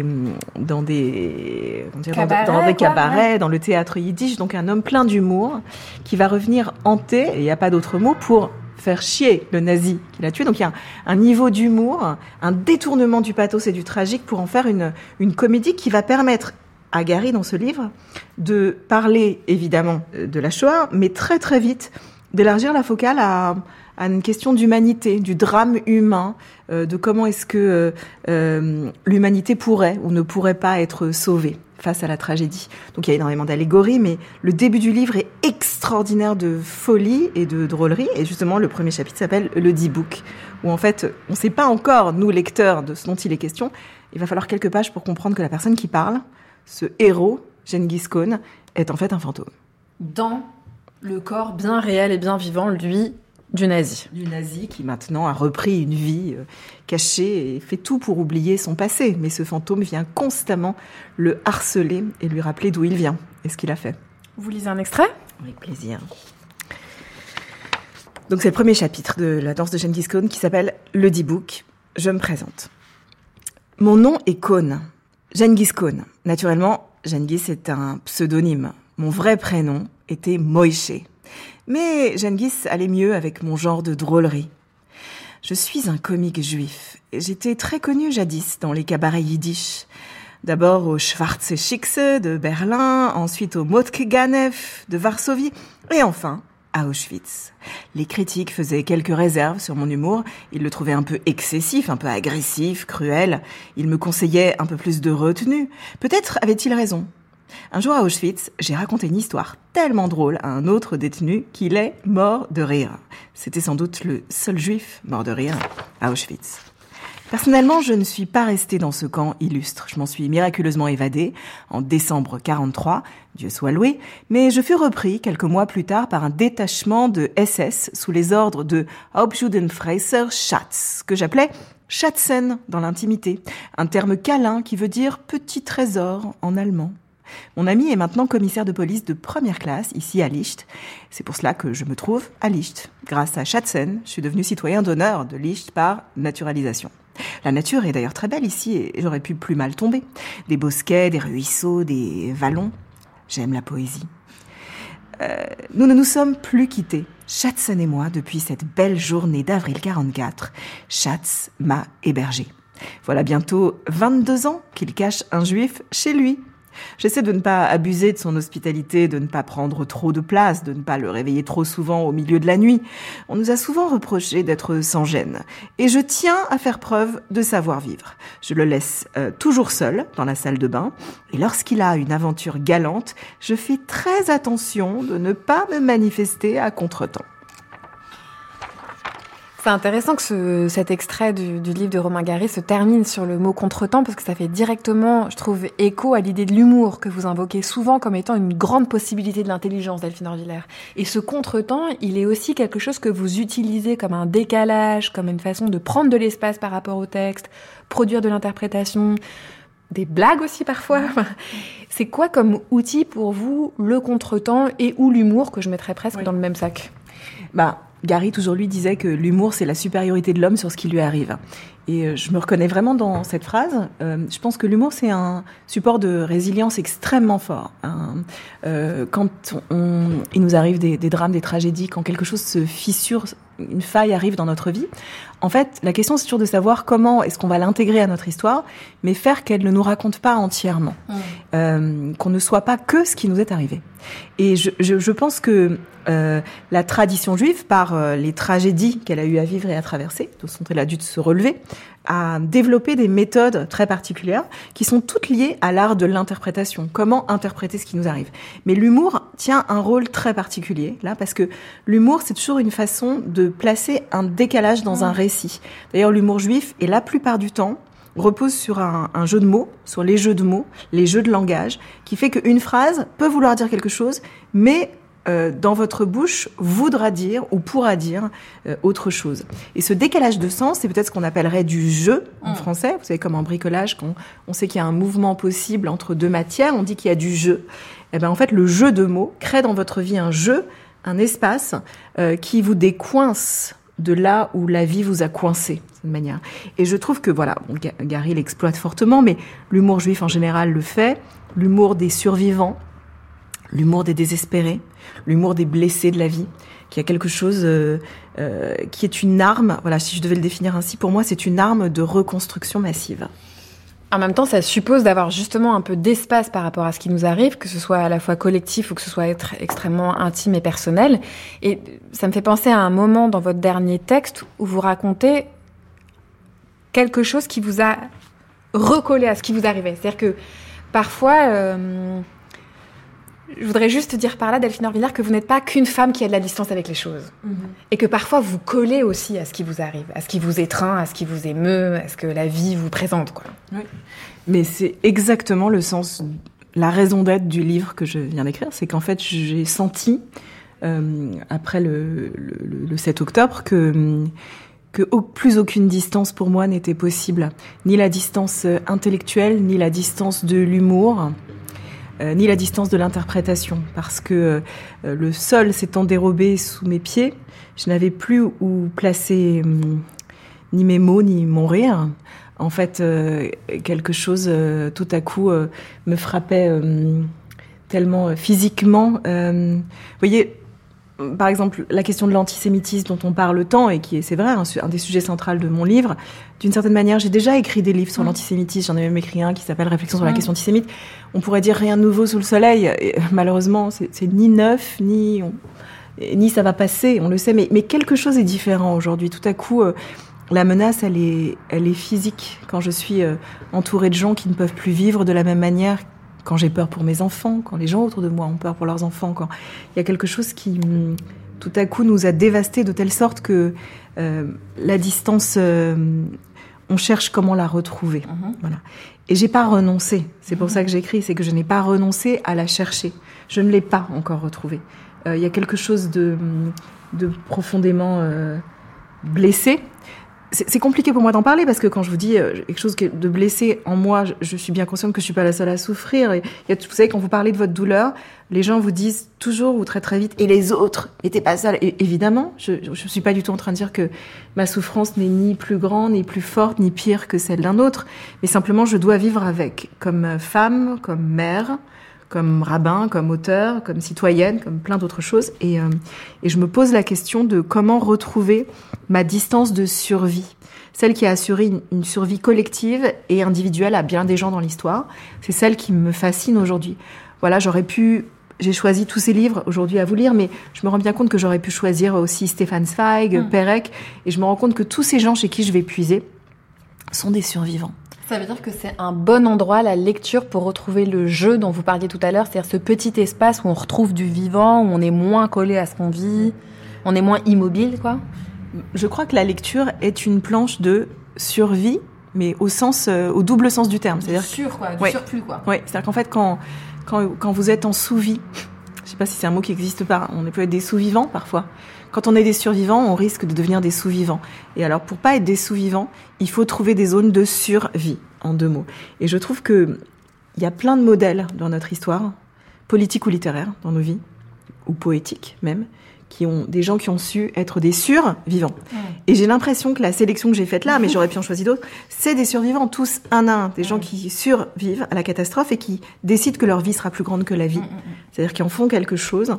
cabarets, dans le théâtre yiddish, donc un homme plein d'humour, qui va revenir hanter, et il n'y a pas d'autre mot, pour faire chier le nazi qui l'a tué. Donc il y a un niveau d'humour, un détournement du pathos et du tragique pour en faire une comédie qui va permettre à Gary, dans ce livre, de parler évidemment de la Shoah, mais très très vite d'élargir la focale à une question d'humanité, du drame humain, de comment est-ce que l'humanité pourrait ou ne pourrait pas être sauvée face à la tragédie. Donc il y a énormément d'allégories, mais le début du livre est extraordinaire de folie et de drôlerie. Et justement, le premier chapitre s'appelle « Le D-Book », où en fait, on ne sait pas encore, nous lecteurs, de ce dont il est question. Il va falloir quelques pages pour comprendre que la personne qui parle, ce héros, Genghis Khan, est en fait un fantôme. Dans le corps bien réel et bien vivant, lui, du nazi. Du nazi qui maintenant a repris une vie cachée et fait tout pour oublier son passé. Mais ce fantôme vient constamment le harceler et lui rappeler d'où il vient et ce qu'il a fait. Vous lisez un extrait ? Avec plaisir. Donc c'est le premier chapitre de la danse de Genghis Khan qui s'appelle « Le D-Book ». Je me présente. Mon nom est Khan. Genghis Khan. Naturellement, Genghis est un pseudonyme. Mon vrai prénom était Moïse. Mais Genghis allait mieux avec mon genre de drôlerie. Je suis un comique juif. J'étais très connu jadis dans les cabarets yiddish. D'abord au Schwarze Schickse de Berlin, ensuite au Motke-Ganev de Varsovie, et enfin à Auschwitz. Les critiques faisaient quelques réserves sur mon humour. Ils le trouvaient un peu excessif, un peu agressif, cruel. Ils me conseillaient un peu plus de retenue. Peut-être avait-il raison. Un jour à Auschwitz, j'ai raconté une histoire tellement drôle à un autre détenu qu'il est mort de rire. C'était sans doute le seul juif mort de rire à Auschwitz. Personnellement, je ne suis pas restée dans ce camp illustre. Je m'en suis miraculeusement évadée en décembre 43, Dieu soit loué, mais je fus repris quelques mois plus tard par un détachement de SS sous les ordres de Hauptjudenfreiser Schatz, que j'appelais Schatzen dans l'intimité, un terme câlin qui veut dire petit trésor en allemand. Mon ami est maintenant commissaire de police de première classe, ici à Licht. C'est pour cela que je me trouve à Licht. Grâce à Schatzen, je suis devenu citoyen d'honneur de Licht par naturalisation. La nature est d'ailleurs très belle ici et j'aurais pu plus mal tomber. Des bosquets, des ruisseaux, des vallons. J'aime la poésie. Nous ne nous sommes plus quittés, Schatzen et moi, depuis cette belle journée d'avril 44. Schatz m'a hébergé. Voilà bientôt 22 ans qu'il cache un juif chez lui. J'essaie de ne pas abuser de son hospitalité, de ne pas prendre trop de place, de ne pas le réveiller trop souvent au milieu de la nuit. On nous a souvent reproché d'être sans gêne. Et je tiens à faire preuve de savoir-vivre. Je le laisse toujours seul dans la salle de bain. Et lorsqu'il a une aventure galante, je fais très attention de ne pas me manifester à contretemps. C'est intéressant que cet extrait du livre de Romain Gary se termine sur le mot contretemps parce que ça fait directement, je trouve, écho à l'idée de l'humour que vous invoquez souvent comme étant une grande possibilité de l'intelligence, Delphine Orviller. Et ce contretemps, il est aussi quelque chose que vous utilisez comme un décalage, comme une façon de prendre de l'espace par rapport au texte, produire de l'interprétation, des blagues aussi parfois. C'est quoi comme outil pour vous, le contretemps et ou l'humour, que je mettrais presque dans le même sac ? Gary, toujours lui, disait que l'humour, c'est la supériorité de l'homme sur ce qui lui arrive. Et je me reconnais vraiment dans cette phrase. Je pense que l'humour, c'est un support de résilience extrêmement fort. Quand il nous arrive des drames, des tragédies, quand quelque chose se fissure, une faille arrive dans notre vie, en fait, la question, c'est toujours de savoir comment est-ce qu'on va l'intégrer à notre histoire, mais faire qu'elle ne nous raconte pas entièrement. Qu'on ne soit pas que ce qui nous est arrivé. Et je pense que la tradition juive, par les tragédies qu'elle a eu à vivre et à traverser, dont elle a dû se relever, a développé des méthodes très particulières qui sont toutes liées à l'art de l'interprétation. Comment interpréter ce qui nous arrive. Mais l'humour tient un rôle très particulier, là, parce que l'humour, c'est toujours une façon de placer un décalage dans un récit. D'ailleurs, l'humour juif, et la plupart du temps, repose sur un jeu de mots, sur les jeux de mots, les jeux de langage, qui fait qu'une phrase peut vouloir dire quelque chose, mais dans votre bouche voudra dire ou pourra dire autre chose. Et ce décalage de sens, c'est peut-être ce qu'on appellerait du jeu en français. Vous savez, comme en bricolage, quand on sait qu'il y a un mouvement possible entre deux matières, on dit qu'il y a du jeu. Et ben en fait, le jeu de mots crée dans votre vie un jeu, un espace qui vous décoince de là où la vie vous a coincé, d'une manière. Et je trouve que, voilà, Gary l'exploite fortement, mais l'humour juif en général le fait, l'humour des survivants, l'humour des désespérés, l'humour des blessés de la vie, qui a quelque chose qui est une arme. Voilà, si je devais le définir ainsi, pour moi, c'est une arme de reconstruction massive. En même temps, ça suppose d'avoir justement un peu d'espace par rapport à ce qui nous arrive, que ce soit à la fois collectif ou que ce soit extrêmement intime et personnel. Et ça me fait penser à un moment dans votre dernier texte où vous racontez quelque chose qui vous a recollé à ce qui vous arrivait. C'est-à-dire que parfois, je voudrais juste dire par là, Delphine Orvillard, que vous n'êtes pas qu'une femme qui a de la distance avec les choses. Et que parfois, vous collez aussi à ce qui vous arrive, à ce qui vous étreint, à ce qui vous émeut, à ce que la vie vous présente, quoi. Oui. Mais c'est exactement le sens, la raison d'être du livre que je viens d'écrire. C'est qu'en fait, j'ai senti, après le 7 octobre, que plus aucune distance pour moi n'était possible. Ni la distance intellectuelle, ni la distance de l'humour, ni la distance de l'interprétation. Parce que le sol s'étant dérobé sous mes pieds, je n'avais plus où placer ni mes mots, ni mon rire. En fait, quelque chose, tout à coup, me frappait tellement physiquement. Vous voyez, par exemple, la question de l'antisémitisme dont on parle tant, et qui est, c'est vrai, un des sujets centraux de mon livre. D'une certaine manière, j'ai déjà écrit des livres sur l'antisémitisme. J'en ai même écrit un qui s'appelle Réflexion sur la question antisémite. On pourrait dire rien de nouveau sous le soleil. Et, malheureusement, c'est ni neuf, ni ça va passer, on le sait. Mais quelque chose est différent aujourd'hui. Tout à coup, la menace, elle est physique. Quand je suis entourée de gens qui ne peuvent plus vivre de la même manière, quand j'ai peur pour mes enfants, quand les gens autour de moi ont peur pour leurs enfants, quand il y a quelque chose qui, tout à coup, nous a dévastés de telle sorte que la distance, on cherche comment la retrouver. Voilà. Et j'ai pas renoncé. C'est pour ça que j'écris, c'est que je n'ai pas renoncé à la chercher. Je ne l'ai pas encore retrouvée. Il y a quelque chose de profondément blessé. C'est compliqué pour moi d'en parler parce que quand je vous dis quelque chose de blessé en moi, je suis bien consciente que je suis pas la seule à souffrir. Et vous savez, quand vous parlez de votre douleur, les gens vous disent toujours ou très très vite « et les autres, mais t'es pas seule ». Et évidemment, je suis pas du tout en train de dire que ma souffrance n'est ni plus grande, ni plus forte, ni pire que celle d'un autre. Mais simplement, je dois vivre avec, comme femme, comme mère, comme rabbin, comme auteur, comme citoyenne, comme plein d'autres choses. Et je me pose la question de comment retrouver ma distance de survie, celle qui a assuré une survie collective et individuelle à bien des gens dans l'histoire. C'est celle qui me fascine aujourd'hui. Voilà, j'ai choisi tous ces livres aujourd'hui à vous lire, mais je me rends bien compte que j'aurais pu choisir aussi Stefan Zweig, Perec, et je me rends compte que tous ces gens chez qui je vais puiser sont des survivants. Ça veut dire que c'est un bon endroit, la lecture, pour retrouver le jeu dont vous parliez tout à l'heure, c'est-à-dire ce petit espace où on retrouve du vivant, où on est moins collé à ce qu'on vit, on est moins immobile, quoi. Je crois que la lecture est une planche de survie, mais au double sens du terme. C'est-à-dire du surplus, quoi. Oui, c'est-à-dire qu'en fait, quand vous êtes en sous-vie, je sais pas si c'est un mot qui existe pas, on peut être des sous-vivants parfois. Quand on est des survivants, on risque de devenir des sous-vivants. Et alors, pour pas être des sous-vivants, il faut trouver des zones de survie, en 2 mots. Et je trouve que il y a plein de modèles dans notre histoire, politiques ou littéraires, dans nos vies, ou poétiques même, des gens qui ont su être des survivants. Et j'ai l'impression que la sélection que j'ai faite là, mais j'aurais pu en choisir d'autres, c'est des survivants, tous un à un, des gens qui survivent à la catastrophe et qui décident que leur vie sera plus grande que la vie. C'est-à-dire qu'ils en font quelque chose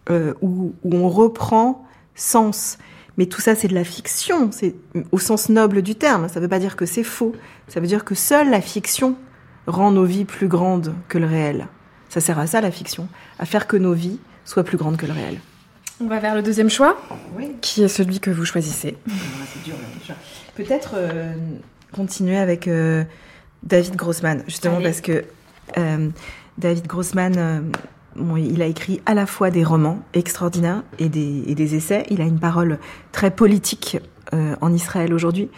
où on reprend sens. Mais tout ça, c'est de la fiction, c'est au sens noble du terme. Ça ne veut pas dire que c'est faux. Ça veut dire que seule la fiction rend nos vies plus grandes que le réel. Ça sert à ça, la fiction, à faire que nos vies soient plus grandes que le réel. On va vers le deuxième choix, qui est celui que vous choisissez. C'est dur, là. Peut-être continuer avec David Grossman, justement. Allez. Parce que David Grossman... il a écrit à la fois des romans extraordinaires et des essais. Il a une parole très politique en Israël aujourd'hui.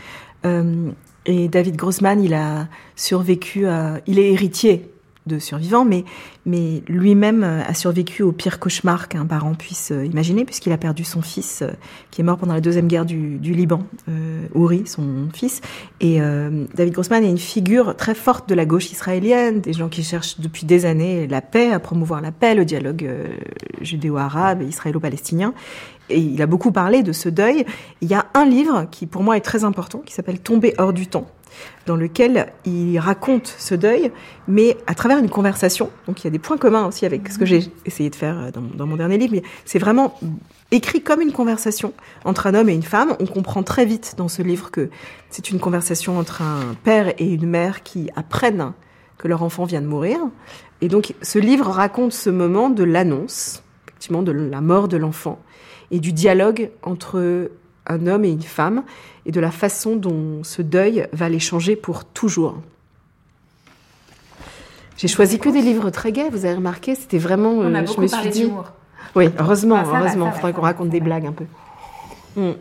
Et David Grossman, il a survécu il est héritier de survivants, mais lui-même a survécu au pire cauchemar qu'un parent puisse imaginer, puisqu'il a perdu son fils, qui est mort pendant la deuxième guerre du Liban, Uri, son fils. Et David Grossman est une figure très forte de la gauche israélienne, des gens qui cherchent depuis des années la paix, à promouvoir la paix, le dialogue judéo-arabe et israélo-palestinien. et il a beaucoup parlé de ce deuil. Il y a un livre qui, pour moi, est très important, qui s'appelle « Tomber hors du temps », dans lequel il raconte ce deuil, mais à travers une conversation. Donc il y a des points communs aussi avec ce que j'ai essayé de faire dans mon dernier livre, mais c'est vraiment écrit comme une conversation entre un homme et une femme. On comprend très vite dans ce livre que c'est une conversation entre un père et une mère qui apprennent que leur enfant vient de mourir. Et donc ce livre raconte ce moment de l'annonce, effectivement, de la mort de l'enfant, et du dialogue entre un homme et une femme, et de la façon dont ce deuil va les changer pour toujours. J'ai choisi que des livres très gais, vous avez remarqué, c'était vraiment... On a beaucoup parlé d'humour. Oui, heureusement, il faudrait qu'on raconte des blagues un peu.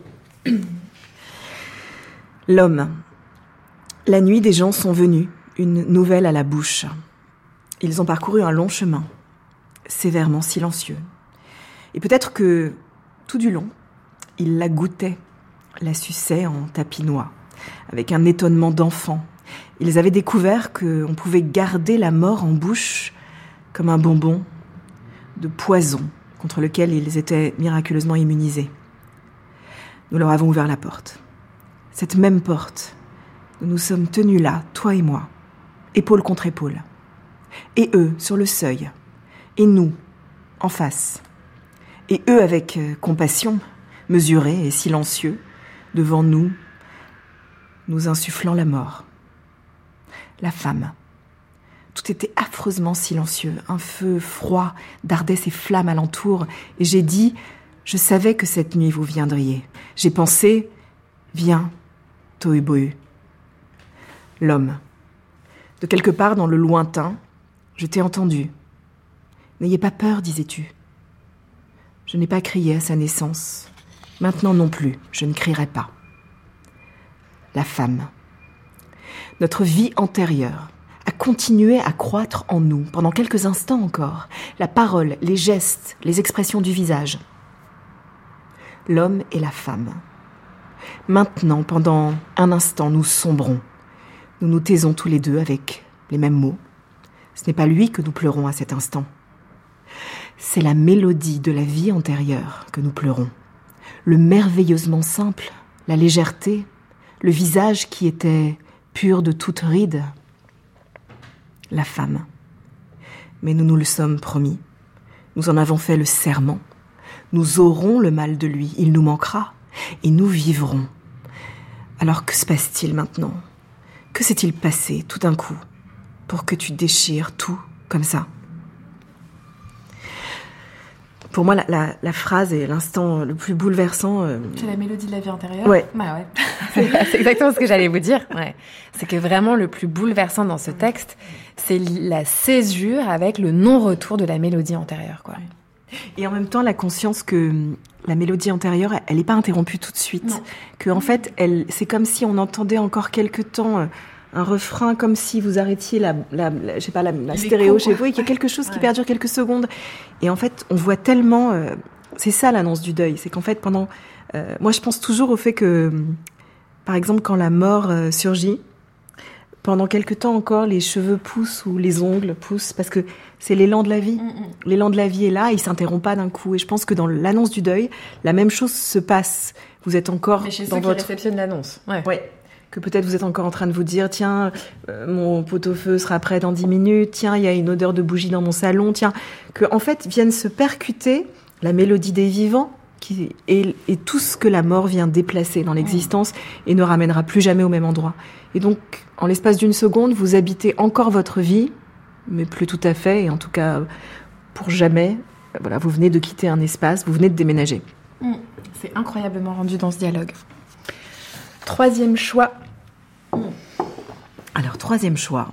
L'homme. La nuit, des gens sont venus, une nouvelle à la bouche. Ils ont parcouru un long chemin, sévèrement silencieux. Et peut-être que, tout du long, ils la goûtaient, la suçaient en tapinois, avec un étonnement d'enfant. Ils avaient découvert qu'on pouvait garder la mort en bouche comme un bonbon de poison contre lequel ils étaient miraculeusement immunisés. Nous leur avons ouvert la porte. Cette même porte, nous nous sommes tenus là, toi et moi, épaule contre épaule. Et eux, sur le seuil. Et nous, en face. Et eux, avec compassion, mesurés et silencieux, devant nous, nous insufflant la mort. La femme. Tout était affreusement silencieux. Un feu froid dardait ses flammes alentour. Et j'ai dit, je savais que cette nuit vous viendriez. J'ai pensé, viens, Tohubohu. L'homme. De quelque part dans le lointain, je t'ai entendu. N'ayez pas peur, disais-tu. Je n'ai pas crié à sa naissance. Maintenant non plus, je ne crierai pas. La femme. Notre vie antérieure a continué à croître en nous pendant quelques instants encore. La parole, les gestes, les expressions du visage. L'homme et la femme. Maintenant, pendant un instant, nous sombrons. Nous nous taisons tous les deux avec les mêmes mots. Ce n'est pas lui que nous pleurons à cet instant. C'est la mélodie de la vie antérieure que nous pleurons. Le merveilleusement simple, la légèreté, le visage qui était pur de toute ride. La femme. Mais nous nous le sommes promis. Nous en avons fait le serment. Nous aurons le mal de lui, il nous manquera, et nous vivrons. Alors que se passe-t-il maintenant ? Que s'est-il passé tout d'un coup pour que tu déchires tout comme ça ? Pour moi, la phrase est l'instant le plus bouleversant. C'est la mélodie de la vie antérieure. Ouais. Bah ouais. C'est exactement ce que j'allais vous dire. Ouais. C'est que vraiment le plus bouleversant dans ce texte, c'est la césure avec le non-retour de la mélodie antérieure, quoi. Et en même temps, la conscience que la mélodie antérieure, elle n'est pas interrompue tout de suite. Non. Que en fait, c'est comme si on entendait encore quelque temps un refrain, comme si vous arrêtiez la stéréo chez vous, et qu'il y a quelque chose qui perdure quelques secondes. Et en fait, on voit tellement... c'est ça l'annonce du deuil. C'est qu'en fait, pendant... moi, je pense toujours au fait que, par exemple, quand la mort surgit, pendant quelque temps encore, les cheveux poussent ou les ongles poussent, parce que c'est l'élan de la vie. L'élan de la vie est là, il ne s'interrompt pas d'un coup. Et je pense que dans l'annonce du deuil, la même chose se passe. Vous êtes encore mais chez dans ceux votre... qui réceptionnent l'annonce. Ouais. Que peut-être vous êtes encore en train de vous dire, tiens, mon pot-au-feu sera prêt dans 10 minutes, tiens, il y a une odeur de bougie dans mon salon, tiens, que en fait viennent se percuter la mélodie des vivants et tout ce que la mort vient déplacer dans l'existence et ne ramènera plus jamais au même endroit. Et donc, en l'espace d'une seconde, vous habitez encore votre vie, mais plus tout à fait, et en tout cas, pour jamais. Voilà, vous venez de quitter un espace, vous venez de déménager. C'est incroyablement rendu dans ce dialogue. Troisième choix. Alors, troisième choix.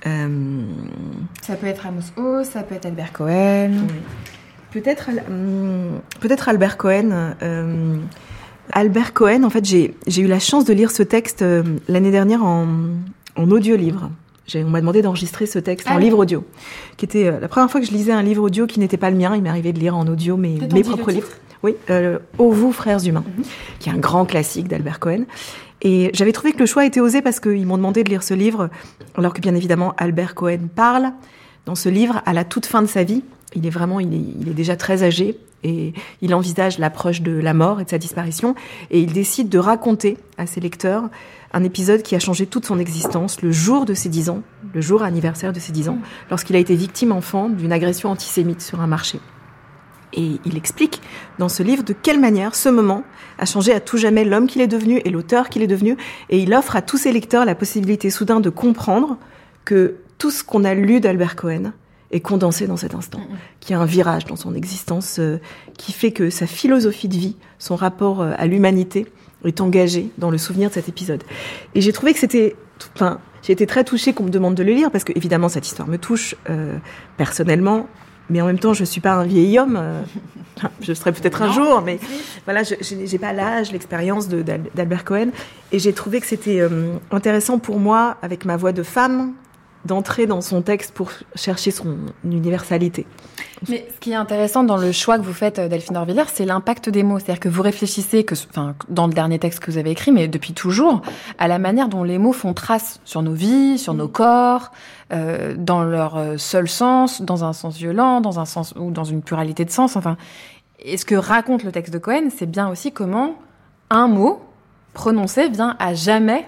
Ça peut être Amos Oz, ça peut être Albert Cohen. Oui. Peut-être Albert Cohen. Albert Cohen, en fait, j'ai eu la chance de lire ce texte l'année dernière en audio-livre. On m'a demandé d'enregistrer ce texte en livre audio, qui était la première fois que je lisais un livre audio qui n'était pas le mien. Il m'est arrivé de lire en audio mes propres livres. Oui, Ô vous, frères humains, qui est un grand classique d'Albert Cohen. Et j'avais trouvé que le choix était osé parce qu'ils m'ont demandé de lire ce livre, alors que bien évidemment, Albert Cohen parle dans ce livre à la toute fin de sa vie. il est déjà très âgé et il envisage l'approche de la mort et de sa disparition. Et il décide de raconter à ses lecteurs un épisode qui a changé toute son existence le jour de ses 10 ans, le jour anniversaire de ses 10 ans, lorsqu'il a été victime enfant d'une agression antisémite sur un marché. Et il explique dans ce livre de quelle manière ce moment a changé à tout jamais l'homme qu'il est devenu et l'auteur qu'il est devenu. Et il offre à tous ses lecteurs la possibilité soudain de comprendre que tout ce qu'on a lu d'Albert Cohen est condensé dans cet instant, qu'il y a un virage dans son existence qui fait que sa philosophie de vie, son rapport à l'humanité est engagé dans le souvenir de cet épisode. Et j'ai trouvé que j'ai été très touchée qu'on me demande de le lire parce que évidemment cette histoire me touche personnellement. Mais en même temps, je suis pas un vieil homme. Je serai peut-être un jour, mais voilà, je n'ai pas l'âge, l'expérience d'Albert Cohen. Et j'ai trouvé que c'était intéressant pour moi, avec ma voix de femme, d'entrer dans son texte pour chercher son universalité. Mais ce qui est intéressant dans le choix que vous faites, Delphine Orvilleur, c'est l'impact des mots. C'est-à-dire que vous réfléchissez, dans le dernier texte que vous avez écrit, mais depuis toujours, à la manière dont les mots font trace sur nos vies, sur nos corps, dans leur seul sens, dans un sens violent, dans un sens ou dans une pluralité de sens. Enfin, et ce que raconte le texte de Cohen, c'est bien aussi comment un mot prononcé vient à jamais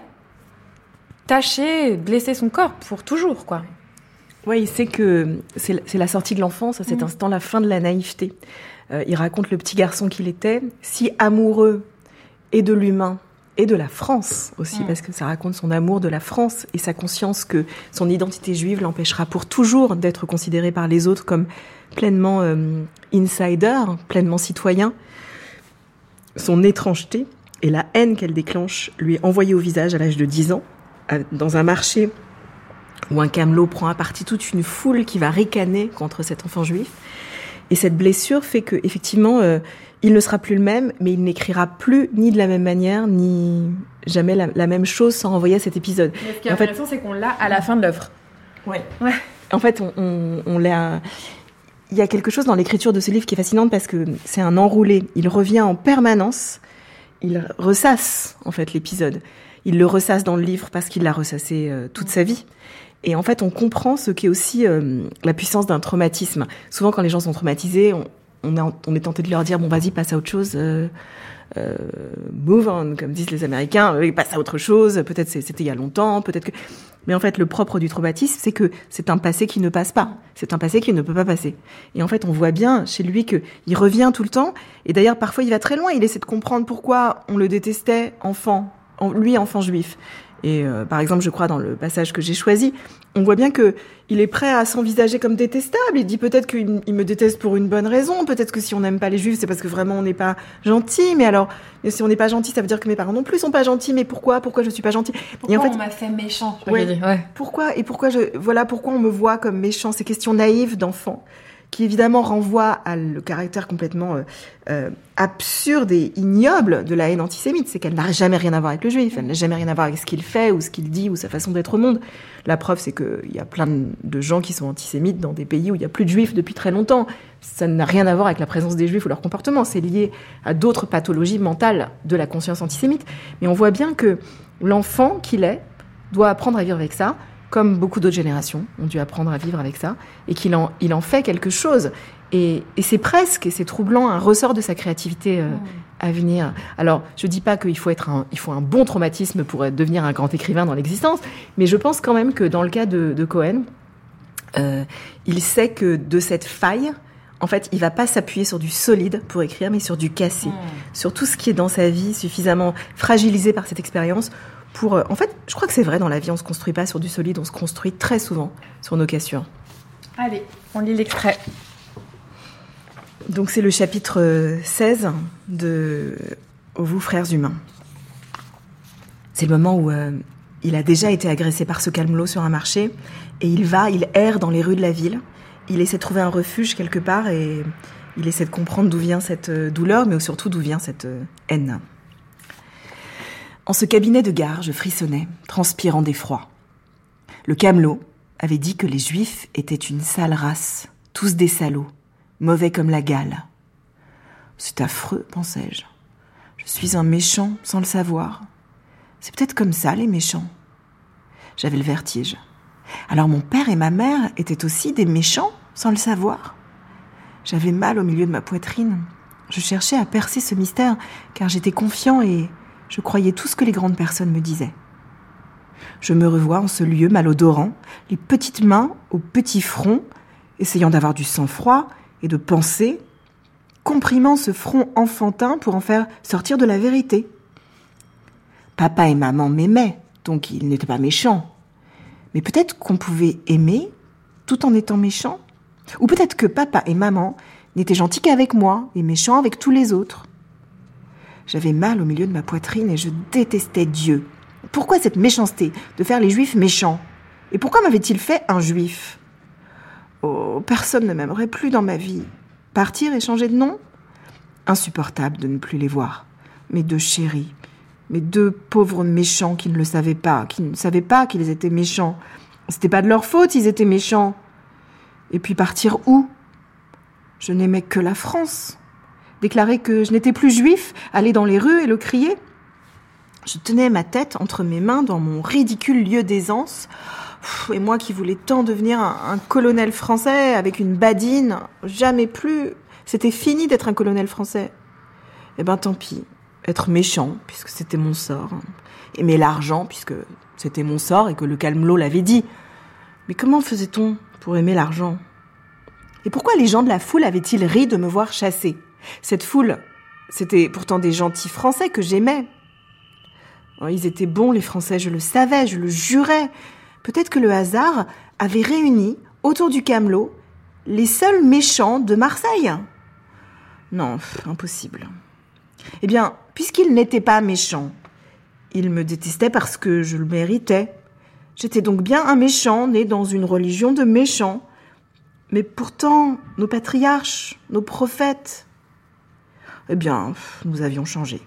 tâcher, blesser son corps pour toujours, quoi. Oui, il sait que c'est la sortie de l'enfance, à cet instant, la fin de la naïveté. Il raconte le petit garçon qu'il était, si amoureux et de l'humain et de la France aussi, parce que ça raconte son amour de la France et sa conscience que son identité juive l'empêchera pour toujours d'être considéré par les autres comme pleinement insider, pleinement citoyen. Son étrangeté et la haine qu'elle déclenche lui est envoyée au visage à l'âge de 10 ans, dans un marché où un camelot prend à partie toute une foule qui va ricaner contre cet enfant juif. Et cette blessure fait que, effectivement, il ne sera plus le même, mais il n'écrira plus ni de la même manière, ni jamais la même chose sans renvoyer à cet épisode. Mais ce qui est intéressant, c'est qu'on l'a à la fin de l'œuvre. Ouais. En fait, on l'a... Il y a quelque chose dans l'écriture de ce livre qui est fascinante parce que c'est un enroulé. Il revient en permanence. Il ressasse, en fait, l'épisode. Il le ressasse dans le livre parce qu'il l'a ressassé toute sa vie. Et en fait, on comprend ce qu'est aussi la puissance d'un traumatisme. Souvent, quand les gens sont traumatisés, on est tenté de leur dire « Bon, vas-y, passe à autre chose, move on », comme disent les Américains, passe à autre chose, peut-être c'était il y a longtemps, peut-être que... Mais en fait, le propre du traumatisme, c'est que c'est un passé qui ne passe pas. C'est un passé qui ne peut pas passer. Et en fait, on voit bien chez lui qu'il revient tout le temps. Et d'ailleurs, parfois, il va très loin. Il essaie de comprendre pourquoi on le détestait enfant, lui, enfant juif. Et par exemple, je crois dans le passage que j'ai choisi, on voit bien que il est prêt à s'envisager comme détestable. Il dit peut-être qu'il me déteste pour une bonne raison. Peut-être que si on n'aime pas les juifs, c'est parce que vraiment on n'est pas gentil. Mais alors, si on n'est pas gentil, ça veut dire que mes parents non plus sont pas gentils. Mais pourquoi je suis pas gentil? Pourquoi et en fait, on m'a fait méchant? Ouais. Pourquoi on me voit comme méchant? Ces questions naïves d'enfant, qui évidemment renvoient à le caractère complètement absurde et ignoble de la haine antisémite. C'est qu'elle n'a jamais rien à voir avec le juif, elle n'a jamais rien à voir avec ce qu'il fait ou ce qu'il dit ou sa façon d'être au monde. La preuve, c'est qu'il y a plein de gens qui sont antisémites dans des pays où il n'y a plus de juifs depuis très longtemps. Ça n'a rien à voir avec la présence des juifs ou leur comportement, c'est lié à d'autres pathologies mentales de la conscience antisémite. Mais on voit bien que l'enfant qu'il est doit apprendre à vivre avec ça, comme beaucoup d'autres générations ont dû apprendre à vivre avec ça, et qu'il en fait quelque chose. Et c'est presque, et c'est troublant, un ressort de sa créativité à venir. Alors, je dis pas qu'il faut il faut un bon traumatisme pour devenir un grand écrivain dans l'existence, mais je pense quand même que dans le cas de Cohen, il sait que de cette faille, en fait, il va pas s'appuyer sur du solide pour écrire, mais sur du cassé, sur tout ce qui est dans sa vie suffisamment fragilisé par cette expérience pour... en fait, je crois que c'est vrai, dans la vie, on se construit pas sur du solide, on se construit très souvent sur nos cassures. Allez, on lit l'extrait. Donc c'est le chapitre 16 de « Vous, frères humains ». C'est le moment où il a déjà été agressé par ce camelot sur un marché, et il erre dans les rues de la ville. Il essaie de trouver un refuge quelque part, et il essaie de comprendre d'où vient cette douleur, mais surtout d'où vient cette haine. En ce cabinet de gare, je frissonnais, transpirant d'effroi. Le camelot avait dit que les Juifs étaient une sale race, tous des salauds, mauvais comme la gale. C'est affreux, pensais-je. Je suis un méchant sans le savoir. C'est peut-être comme ça, les méchants. J'avais le vertige. Alors mon père et ma mère étaient aussi des méchants sans le savoir. J'avais mal au milieu de ma poitrine. Je cherchais à percer ce mystère, car j'étais confiant et je croyais tout ce que les grandes personnes me disaient. Je me revois en ce lieu malodorant, les petites mains au petit front, essayant d'avoir du sang-froid et de penser, comprimant ce front enfantin pour en faire sortir de la vérité. Papa et maman m'aimaient, donc ils n'étaient pas méchants. Mais peut-être qu'on pouvait aimer tout en étant méchant. Ou peut-être que papa et maman n'étaient gentils qu'avec moi et méchants avec tous les autres. J'avais mal au milieu de ma poitrine et je détestais Dieu. Pourquoi cette méchanceté de faire les juifs méchants? Et pourquoi m'avait-il fait un juif? Oh, personne ne m'aimerait plus dans ma vie. Partir et changer de nom? Insupportable de ne plus les voir. Mes deux chéris, mes deux pauvres méchants qui ne le savaient pas, qui ne savaient pas qu'ils étaient méchants. C'était pas de leur faute, ils étaient méchants. Et puis partir où? Je n'aimais que la France. Déclarer que je n'étais plus juif, aller dans les rues et le crier. Je tenais ma tête entre mes mains dans mon ridicule lieu d'aisance. Et moi qui voulais tant devenir un colonel français avec une badine, jamais plus. C'était fini d'être un colonel français. Eh ben tant pis, être méchant, puisque c'était mon sort. Aimer l'argent, puisque c'était mon sort et que le Calmelot l'avait dit. Mais comment faisait-on pour aimer l'argent? Et pourquoi les gens de la foule avaient-ils ri de me voir chasser? Cette foule, c'était pourtant des gentils Français que j'aimais. Oh, ils étaient bons, les Français, je le savais, je le jurais. Peut-être que le hasard avait réuni, autour du Camelot, les seuls méchants de Marseille. Non, impossible. Eh bien, puisqu'ils n'étaient pas méchants, ils me détestaient parce que je le méritais. J'étais donc bien un méchant, né dans une religion de méchants. Mais pourtant, nos patriarches, nos prophètes, eh bien, nous avions changé.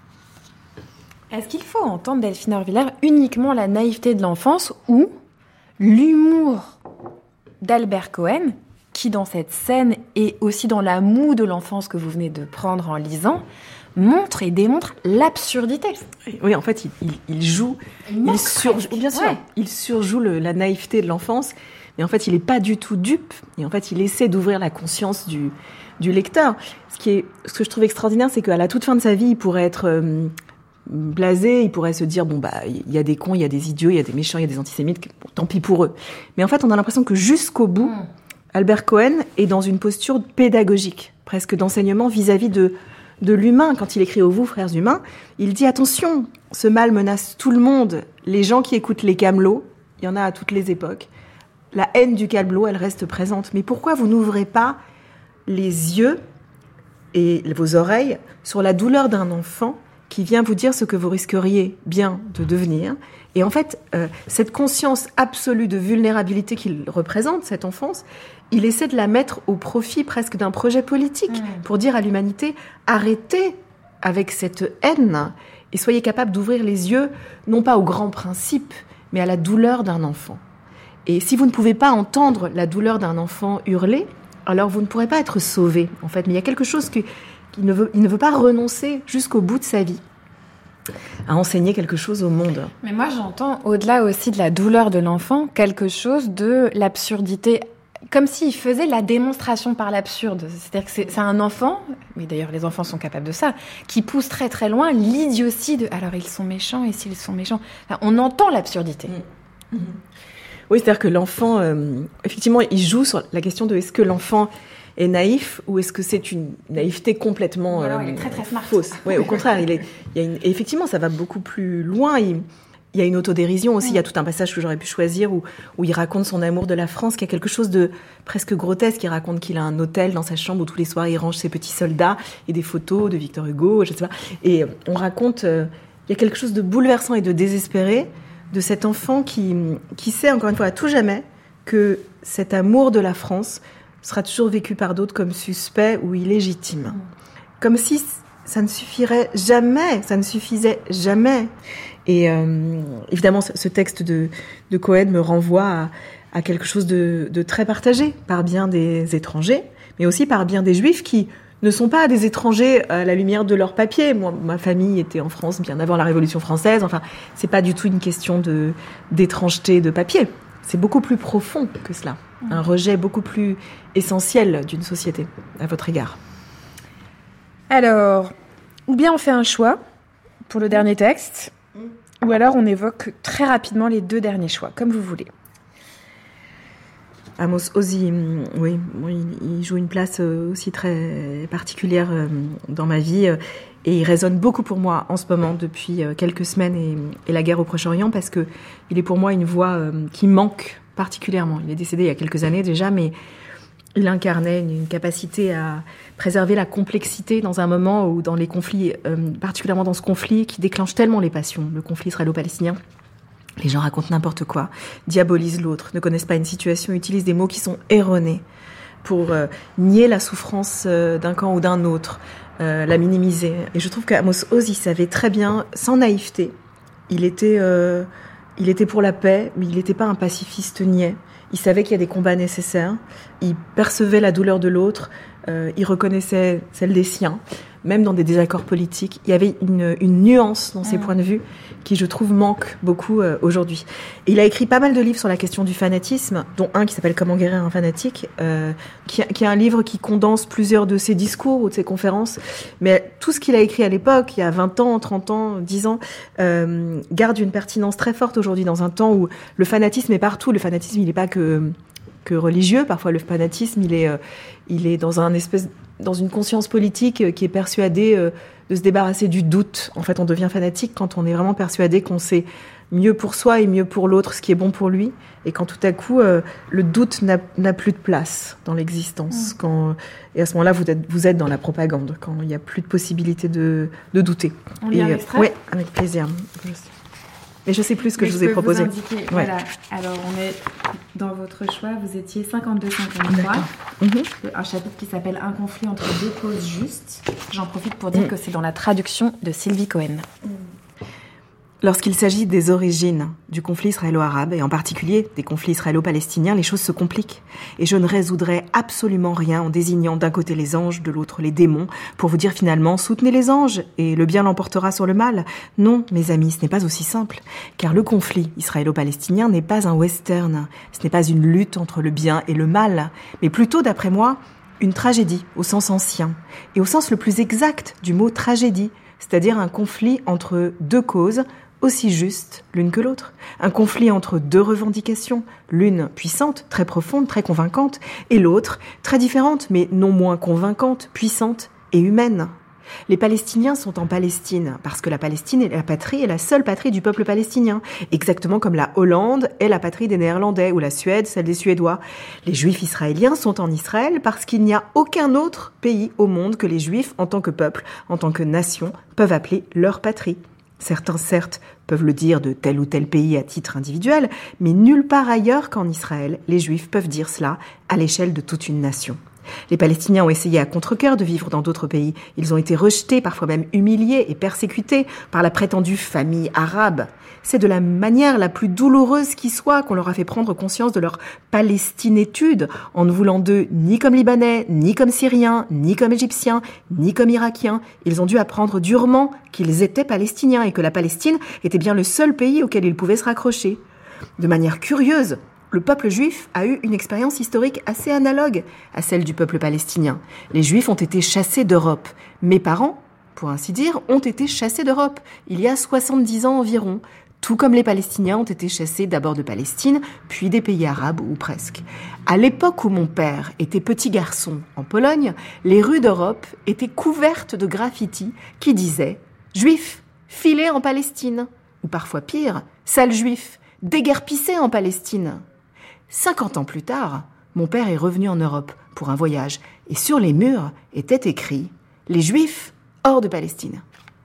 Est-ce qu'il faut entendre Delphine Horviller uniquement la naïveté de l'enfance ou l'humour d'Albert Cohen, qui dans cette scène et aussi dans la moue de l'enfance que vous venez de prendre en lisant, montre et démontre l'absurdité? Oui, en fait, il joue, bien sûr, il surjoue la naïveté de l'enfance, mais en fait, il n'est pas du tout dupe, et en fait, il essaie d'ouvrir la conscience du lecteur. Ce que je trouve extraordinaire, c'est qu'à la toute fin de sa vie, il pourrait être blasé, il pourrait se dire, il y a des cons, il y a des idiots, il y a des méchants, il y a des antisémites, tant pis pour eux. Mais en fait, on a l'impression que jusqu'au bout, Albert Cohen est dans une posture pédagogique, presque d'enseignement vis-à-vis de l'humain. Quand il écrit au Vous, frères humains, il dit, attention, ce mal menace tout le monde. Les gens qui écoutent les Camelots, il y en a à toutes les époques. La haine du Camelot, elle reste présente. Mais pourquoi vous n'ouvrez pas les yeux et vos oreilles sur la douleur d'un enfant qui vient vous dire ce que vous risqueriez bien de devenir? Et en fait, cette conscience absolue de vulnérabilité qu'il représente, cette enfance, il essaie de la mettre au profit presque d'un projet politique pour dire à l'humanité, arrêtez avec cette haine et soyez capable d'ouvrir les yeux, non pas aux grands principes, mais à la douleur d'un enfant. Et si vous ne pouvez pas entendre la douleur d'un enfant hurler, alors vous ne pourrez pas être sauvé, en fait. Mais il y a quelque chose qu'il ne veut pas renoncer jusqu'au bout de sa vie à enseigner quelque chose au monde. Mais moi, j'entends, au-delà aussi de la douleur de l'enfant, quelque chose de l'absurdité, comme s'il faisait la démonstration par l'absurde. C'est-à-dire que c'est un enfant, mais d'ailleurs les enfants sont capables de ça, qui pousse très très loin l'idiotie de « alors ils sont méchants, et s'ils sont méchants ?» Enfin, on entend l'absurdité. Oui, c'est-à-dire que l'enfant, effectivement, il joue sur la question de est-ce que l'enfant est naïf ou est-ce que c'est une naïveté complètement il est très, très smart. Fausse. Oui, au contraire, et effectivement, ça va beaucoup plus loin. Il y a une autodérision aussi. Il y a tout un passage que j'aurais pu choisir où il raconte son amour de la France, qui a quelque chose de presque grotesque. Il raconte qu'il a un hôtel dans sa chambre où tous les soirs il range ses petits soldats et des photos de Victor Hugo, je sais pas. Et on raconte, il y a quelque chose de bouleversant et de désespéré de cet enfant qui sait, encore une fois, à tout jamais, que cet amour de la France sera toujours vécu par d'autres comme suspect ou illégitime. Comme si ça ne suffirait jamais, ça ne suffisait jamais. Et évidemment, ce texte de Cohen me renvoie à quelque chose de très partagé par bien des étrangers, mais aussi par bien des juifs qui ne sont pas des étrangers à la lumière de leur papier. Moi, ma famille était en France bien avant la Révolution française. Enfin, c'est pas du tout une question d'étrangeté de papier. c'est beaucoup plus profond que cela. Un rejet beaucoup plus essentiel d'une société à votre égard. Alors, ou bien on fait un choix pour le dernier texte, ou alors on évoque très rapidement les 2 derniers choix, comme vous voulez. Amos Oz, il joue une place aussi très particulière dans ma vie et il résonne beaucoup pour moi en ce moment depuis quelques semaines et la guerre au Proche-Orient parce que il est pour moi une voix qui manque particulièrement. Il est décédé il y a quelques années déjà, mais il incarnait une capacité à préserver la complexité dans un moment où dans les conflits, particulièrement dans ce conflit qui déclenche tellement les passions, le conflit israélo-palestinien. Les gens racontent n'importe quoi, diabolisent l'autre, ne connaissent pas une situation, utilisent des mots qui sont erronés pour nier la souffrance d'un camp ou d'un autre, la minimiser. Et je trouve qu'Amos Oz, il savait très bien, sans naïveté, il était pour la paix, mais il n'était pas un pacifiste niais. Il savait qu'il y a des combats nécessaires, il percevait la douleur de l'autre, il reconnaissait celle des siens, même dans des désaccords politiques. Il y avait une nuance dans ses points de vue qui, je trouve, manque beaucoup aujourd'hui. Et il a écrit pas mal de livres sur la question du fanatisme, dont un qui s'appelle « Comment guérir un fanatique », qui est un livre qui condense plusieurs de ses discours ou de ses conférences. Mais tout ce qu'il a écrit à l'époque, il y a 20 ans, 30 ans, 10 ans, garde une pertinence très forte aujourd'hui, dans un temps où le fanatisme est partout. Le fanatisme, il n'est pas que religieux. Parfois, le fanatisme, il est dans une conscience politique qui est persuadée de se débarrasser du doute. En fait, on devient fanatique quand on est vraiment persuadé qu'on sait mieux pour soi et mieux pour l'autre ce qui est bon pour lui. Et quand tout à coup, le doute n'a plus de place dans l'existence. Et à ce moment-là, vous êtes dans la propagande, quand il n'y a plus de possibilité de douter. On lit un extrait ? Oui, avec plaisir. Mais je ne sais plus ce que je vous ai proposé. Voilà. Alors, on est dans votre choix. Vous étiez 52-53. Un chapitre qui s'appelle « Un conflit entre 2 causes justes ». J'en profite pour dire que c'est dans la traduction de Sylvie Cohen. Lorsqu'il s'agit des origines du conflit israélo-arabe, et en particulier des conflits israélo-palestiniens, les choses se compliquent. Et je ne résoudrai absolument rien en désignant d'un côté les anges, de l'autre les démons, pour vous dire finalement, soutenez les anges, et le bien l'emportera sur le mal. Non, mes amis, ce n'est pas aussi simple, car le conflit israélo-palestinien n'est pas un western, ce n'est pas une lutte entre le bien et le mal, mais plutôt, d'après moi, une tragédie au sens ancien, et au sens le plus exact du mot tragédie, c'est-à-dire un conflit entre 2 causes, aussi juste l'une que l'autre. Un conflit entre 2 revendications, l'une puissante, très profonde, très convaincante, et l'autre très différente, mais non moins convaincante, puissante et humaine. Les Palestiniens sont en Palestine, parce que la Palestine est la patrie, est la seule patrie du peuple palestinien, exactement comme la Hollande est la patrie des Néerlandais, ou la Suède, celle des Suédois. Les Juifs israéliens sont en Israël parce qu'il n'y a aucun autre pays au monde que les Juifs, en tant que peuple, en tant que nation, peuvent appeler leur patrie. Certains, certes, peuvent le dire de tel ou tel pays à titre individuel, mais nulle part ailleurs qu'en Israël, les Juifs peuvent dire cela à l'échelle de toute une nation. Les Palestiniens ont essayé à contre-cœur de vivre dans d'autres pays. Ils ont été rejetés, parfois même humiliés et persécutés par la prétendue famille arabe. C'est de la manière la plus douloureuse qui soit qu'on leur a fait prendre conscience de leur palestinétude, en ne voulant d'eux ni comme Libanais, ni comme Syriens, ni comme Égyptiens, ni comme Irakiens. Ils ont dû apprendre durement qu'ils étaient Palestiniens et que la Palestine était bien le seul pays auquel ils pouvaient se raccrocher. De manière curieuse, le peuple juif a eu une expérience historique assez analogue à celle du peuple palestinien. Les Juifs ont été chassés d'Europe. Mes parents, pour ainsi dire, ont été chassés d'Europe il y a 70 ans environ, tout comme les Palestiniens ont été chassés d'abord de Palestine, puis des pays arabes ou presque. À l'époque où mon père était petit garçon en Pologne, les rues d'Europe étaient couvertes de graffitis qui disaient « Juifs, filez en Palestine » ou parfois pire, « Sales Juifs, déguerpissez en Palestine ». 50 ans plus tard, mon père est revenu en Europe pour un voyage et sur les murs était écrit « Les Juifs hors de Palestine ».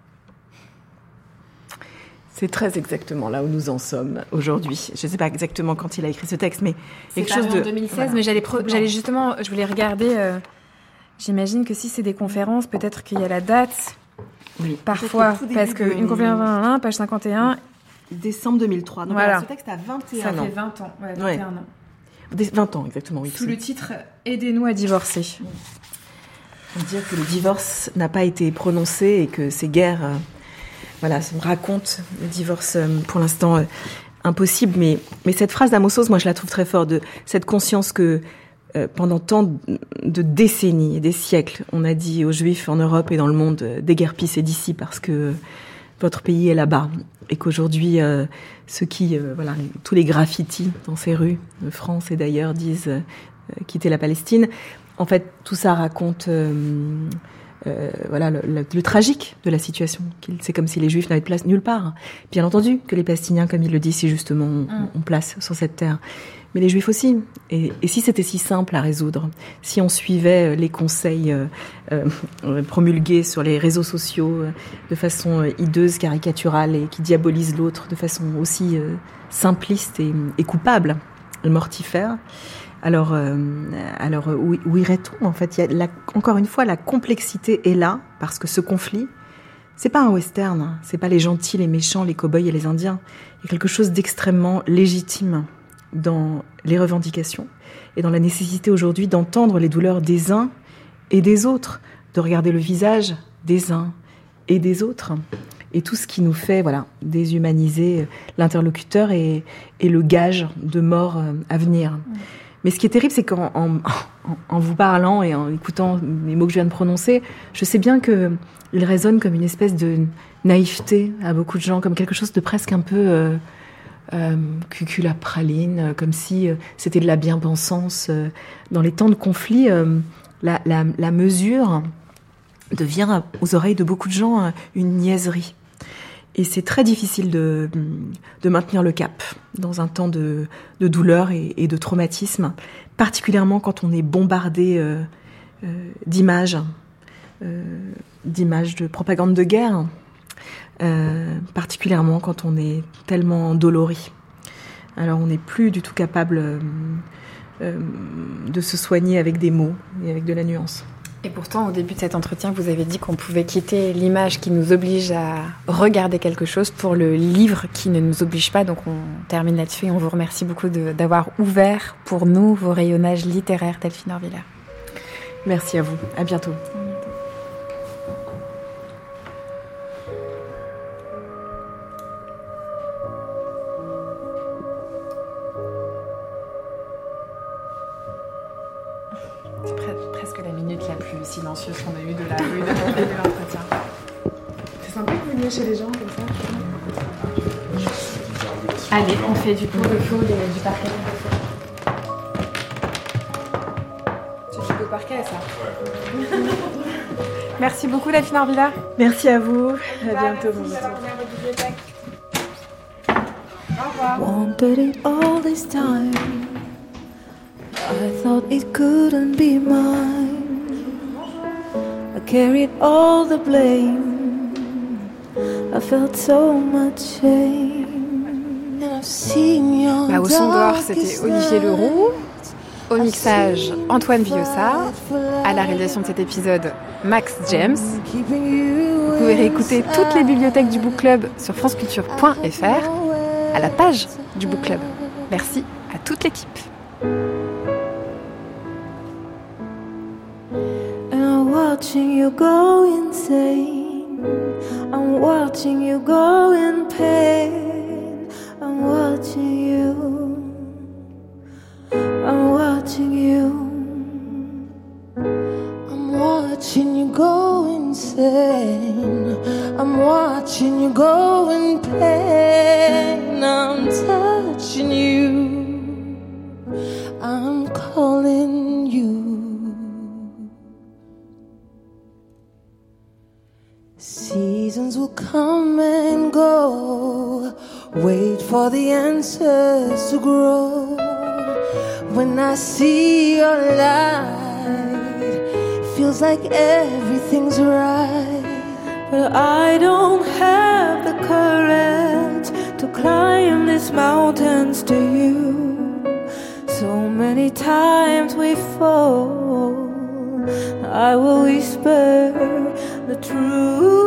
C'est très exactement là où nous en sommes aujourd'hui. Je ne sais pas exactement quand il a écrit ce texte, mais quelque chose de... en 2016, mais j'allais justement... Je voulais regarder... j'imagine que si c'est des conférences, peut-être qu'il y a la date. Oui, parfois, parce qu'une conférence, page 51... Décembre 2003. Donc voilà. Ce texte a 21 ans. Ça fait 20 ans. Ouais, 21 ans. 20 ans, exactement, oui. Sous le titre « Aidez-nous à divorcer ». On peut dire que le divorce n'a pas été prononcé et que ces guerres... on raconte le divorce, pour l'instant, impossible. Mais cette phrase d'Amos Oz, moi, je la trouve très forte, de cette conscience que pendant tant de décennies et des siècles, on a dit aux Juifs en Europe et dans le monde, déguerpissez d'ici parce que votre pays est là-bas. Et qu'aujourd'hui, tous les graffitis dans ces rues de France et d'ailleurs disent quitter la Palestine. En fait, tout ça raconte le tragique de la situation. C'est comme si les Juifs n'avaient de place nulle part. Bien entendu que les Palestiniens, comme ils le disent si justement, ont place sur cette terre. Mais les Juifs aussi. Et si c'était si simple à résoudre, si on suivait les conseils promulgués sur les réseaux sociaux de façon hideuse, caricaturale et qui diabolise l'autre de façon aussi simpliste et coupable, et mortifère, alors où irait-on en fait? Encore une fois, la complexité est là parce que ce conflit, c'est pas un western, c'est pas les gentils, les méchants, les cow-boys et les Indiens. Il y a quelque chose d'extrêmement légitime dans les revendications et dans la nécessité aujourd'hui d'entendre les douleurs des uns et des autres, de regarder le visage des uns et des autres, et tout ce qui nous fait déshumaniser l'interlocuteur et le gage de mort à venir. Mais ce qui est terrible, c'est qu'en vous parlant et en écoutant les mots que je viens de prononcer, je sais bien qu'ils résonnent comme une espèce de naïveté à beaucoup de gens, comme quelque chose de presque un peu cuculapraline, comme si c'était de la bien-pensance. Dans les temps de conflit, la mesure devient aux oreilles de beaucoup de gens une niaiserie. Et c'est très difficile de maintenir le cap dans un temps de douleur et de traumatisme, particulièrement quand on est bombardé d'images de propagande de guerre, particulièrement quand on est tellement endolori. Alors on n'est plus du tout capable de se soigner avec des mots et avec de la nuance. Et pourtant, au début de cet entretien, vous avez dit qu'on pouvait quitter l'image qui nous oblige à regarder quelque chose pour le livre qui ne nous oblige pas. Donc on termine là-dessus et on vous remercie beaucoup d'avoir ouvert pour nous vos rayonnages littéraires, Delphine Orvilleur. Merci à vous. À bientôt. Presque la minute la plus silencieuse qu'on a eue de la rue de l'entretien. C'est sympa que vous veniez chez les gens comme ça. Allez, on fait du coup le faux du parquet. Tu joues au parquet, ça? Ouais. Merci beaucoup, Delphine Orvilleur. Merci à vous. À bientôt. Au revoir. Wanted it all this time. I thought it couldn't be mine. I carried all the blame. I felt so much shame. And I've seen your Au son dehors, c'était Olivier Leroux. Au mixage, Antoine Viossa. À la réalisation de cet épisode, Max James. Vous pouvez réécouter toutes les bibliothèques du Book Club sur franceculture.fr, à la page du Book Club. Merci à toute l'équipe. Watching you go insane, I'm watching you go in pain, I'm watching you, I'm watching you, I'm watching you go insane, I'm watching you go in pain, I'm touching you, I'm calling you. Seasons will come and go. Wait for the answers to grow. When I see your light, feels like everything's right. But I don't have the courage to climb these mountains to you. So many times we fall. I will whisper the truth.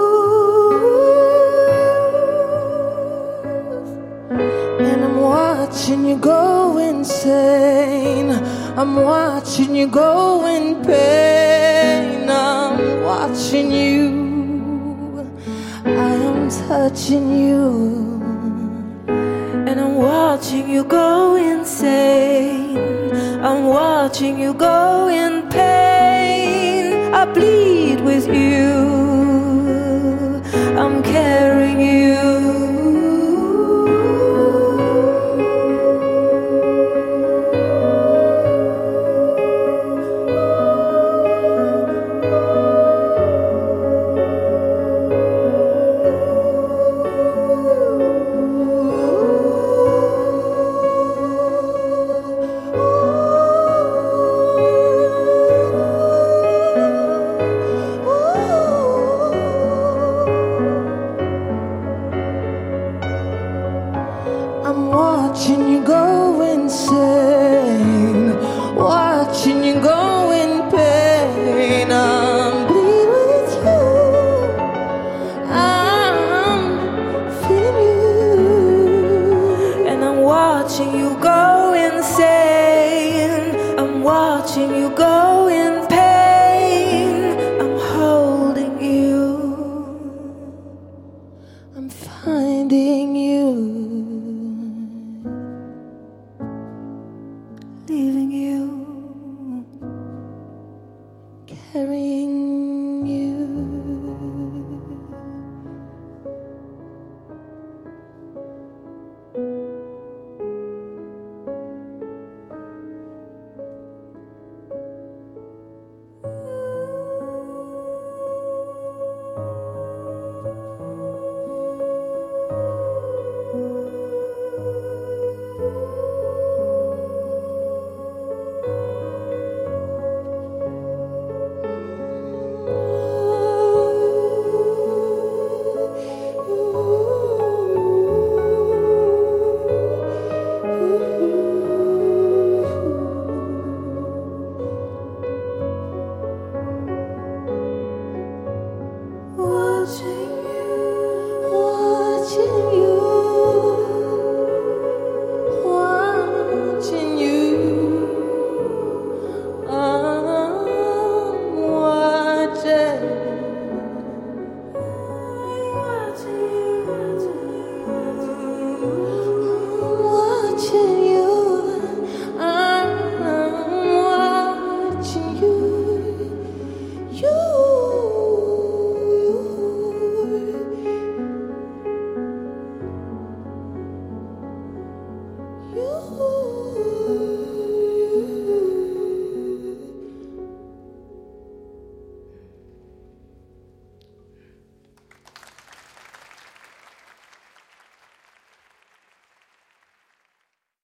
And I'm watching you go insane. I'm watching you go in pain. I'm watching you. I am touching you. And I'm watching you go insane. I'm watching you go in pain. I bleed with you. I'm carrying you. I'm watching you go insane, watching you go in pain. I'm bleeding with you, I'm feeling you. And I'm watching you go insane, I'm watching you go in pain. I'm holding you, I'm finding you, leaving you, carrying you. You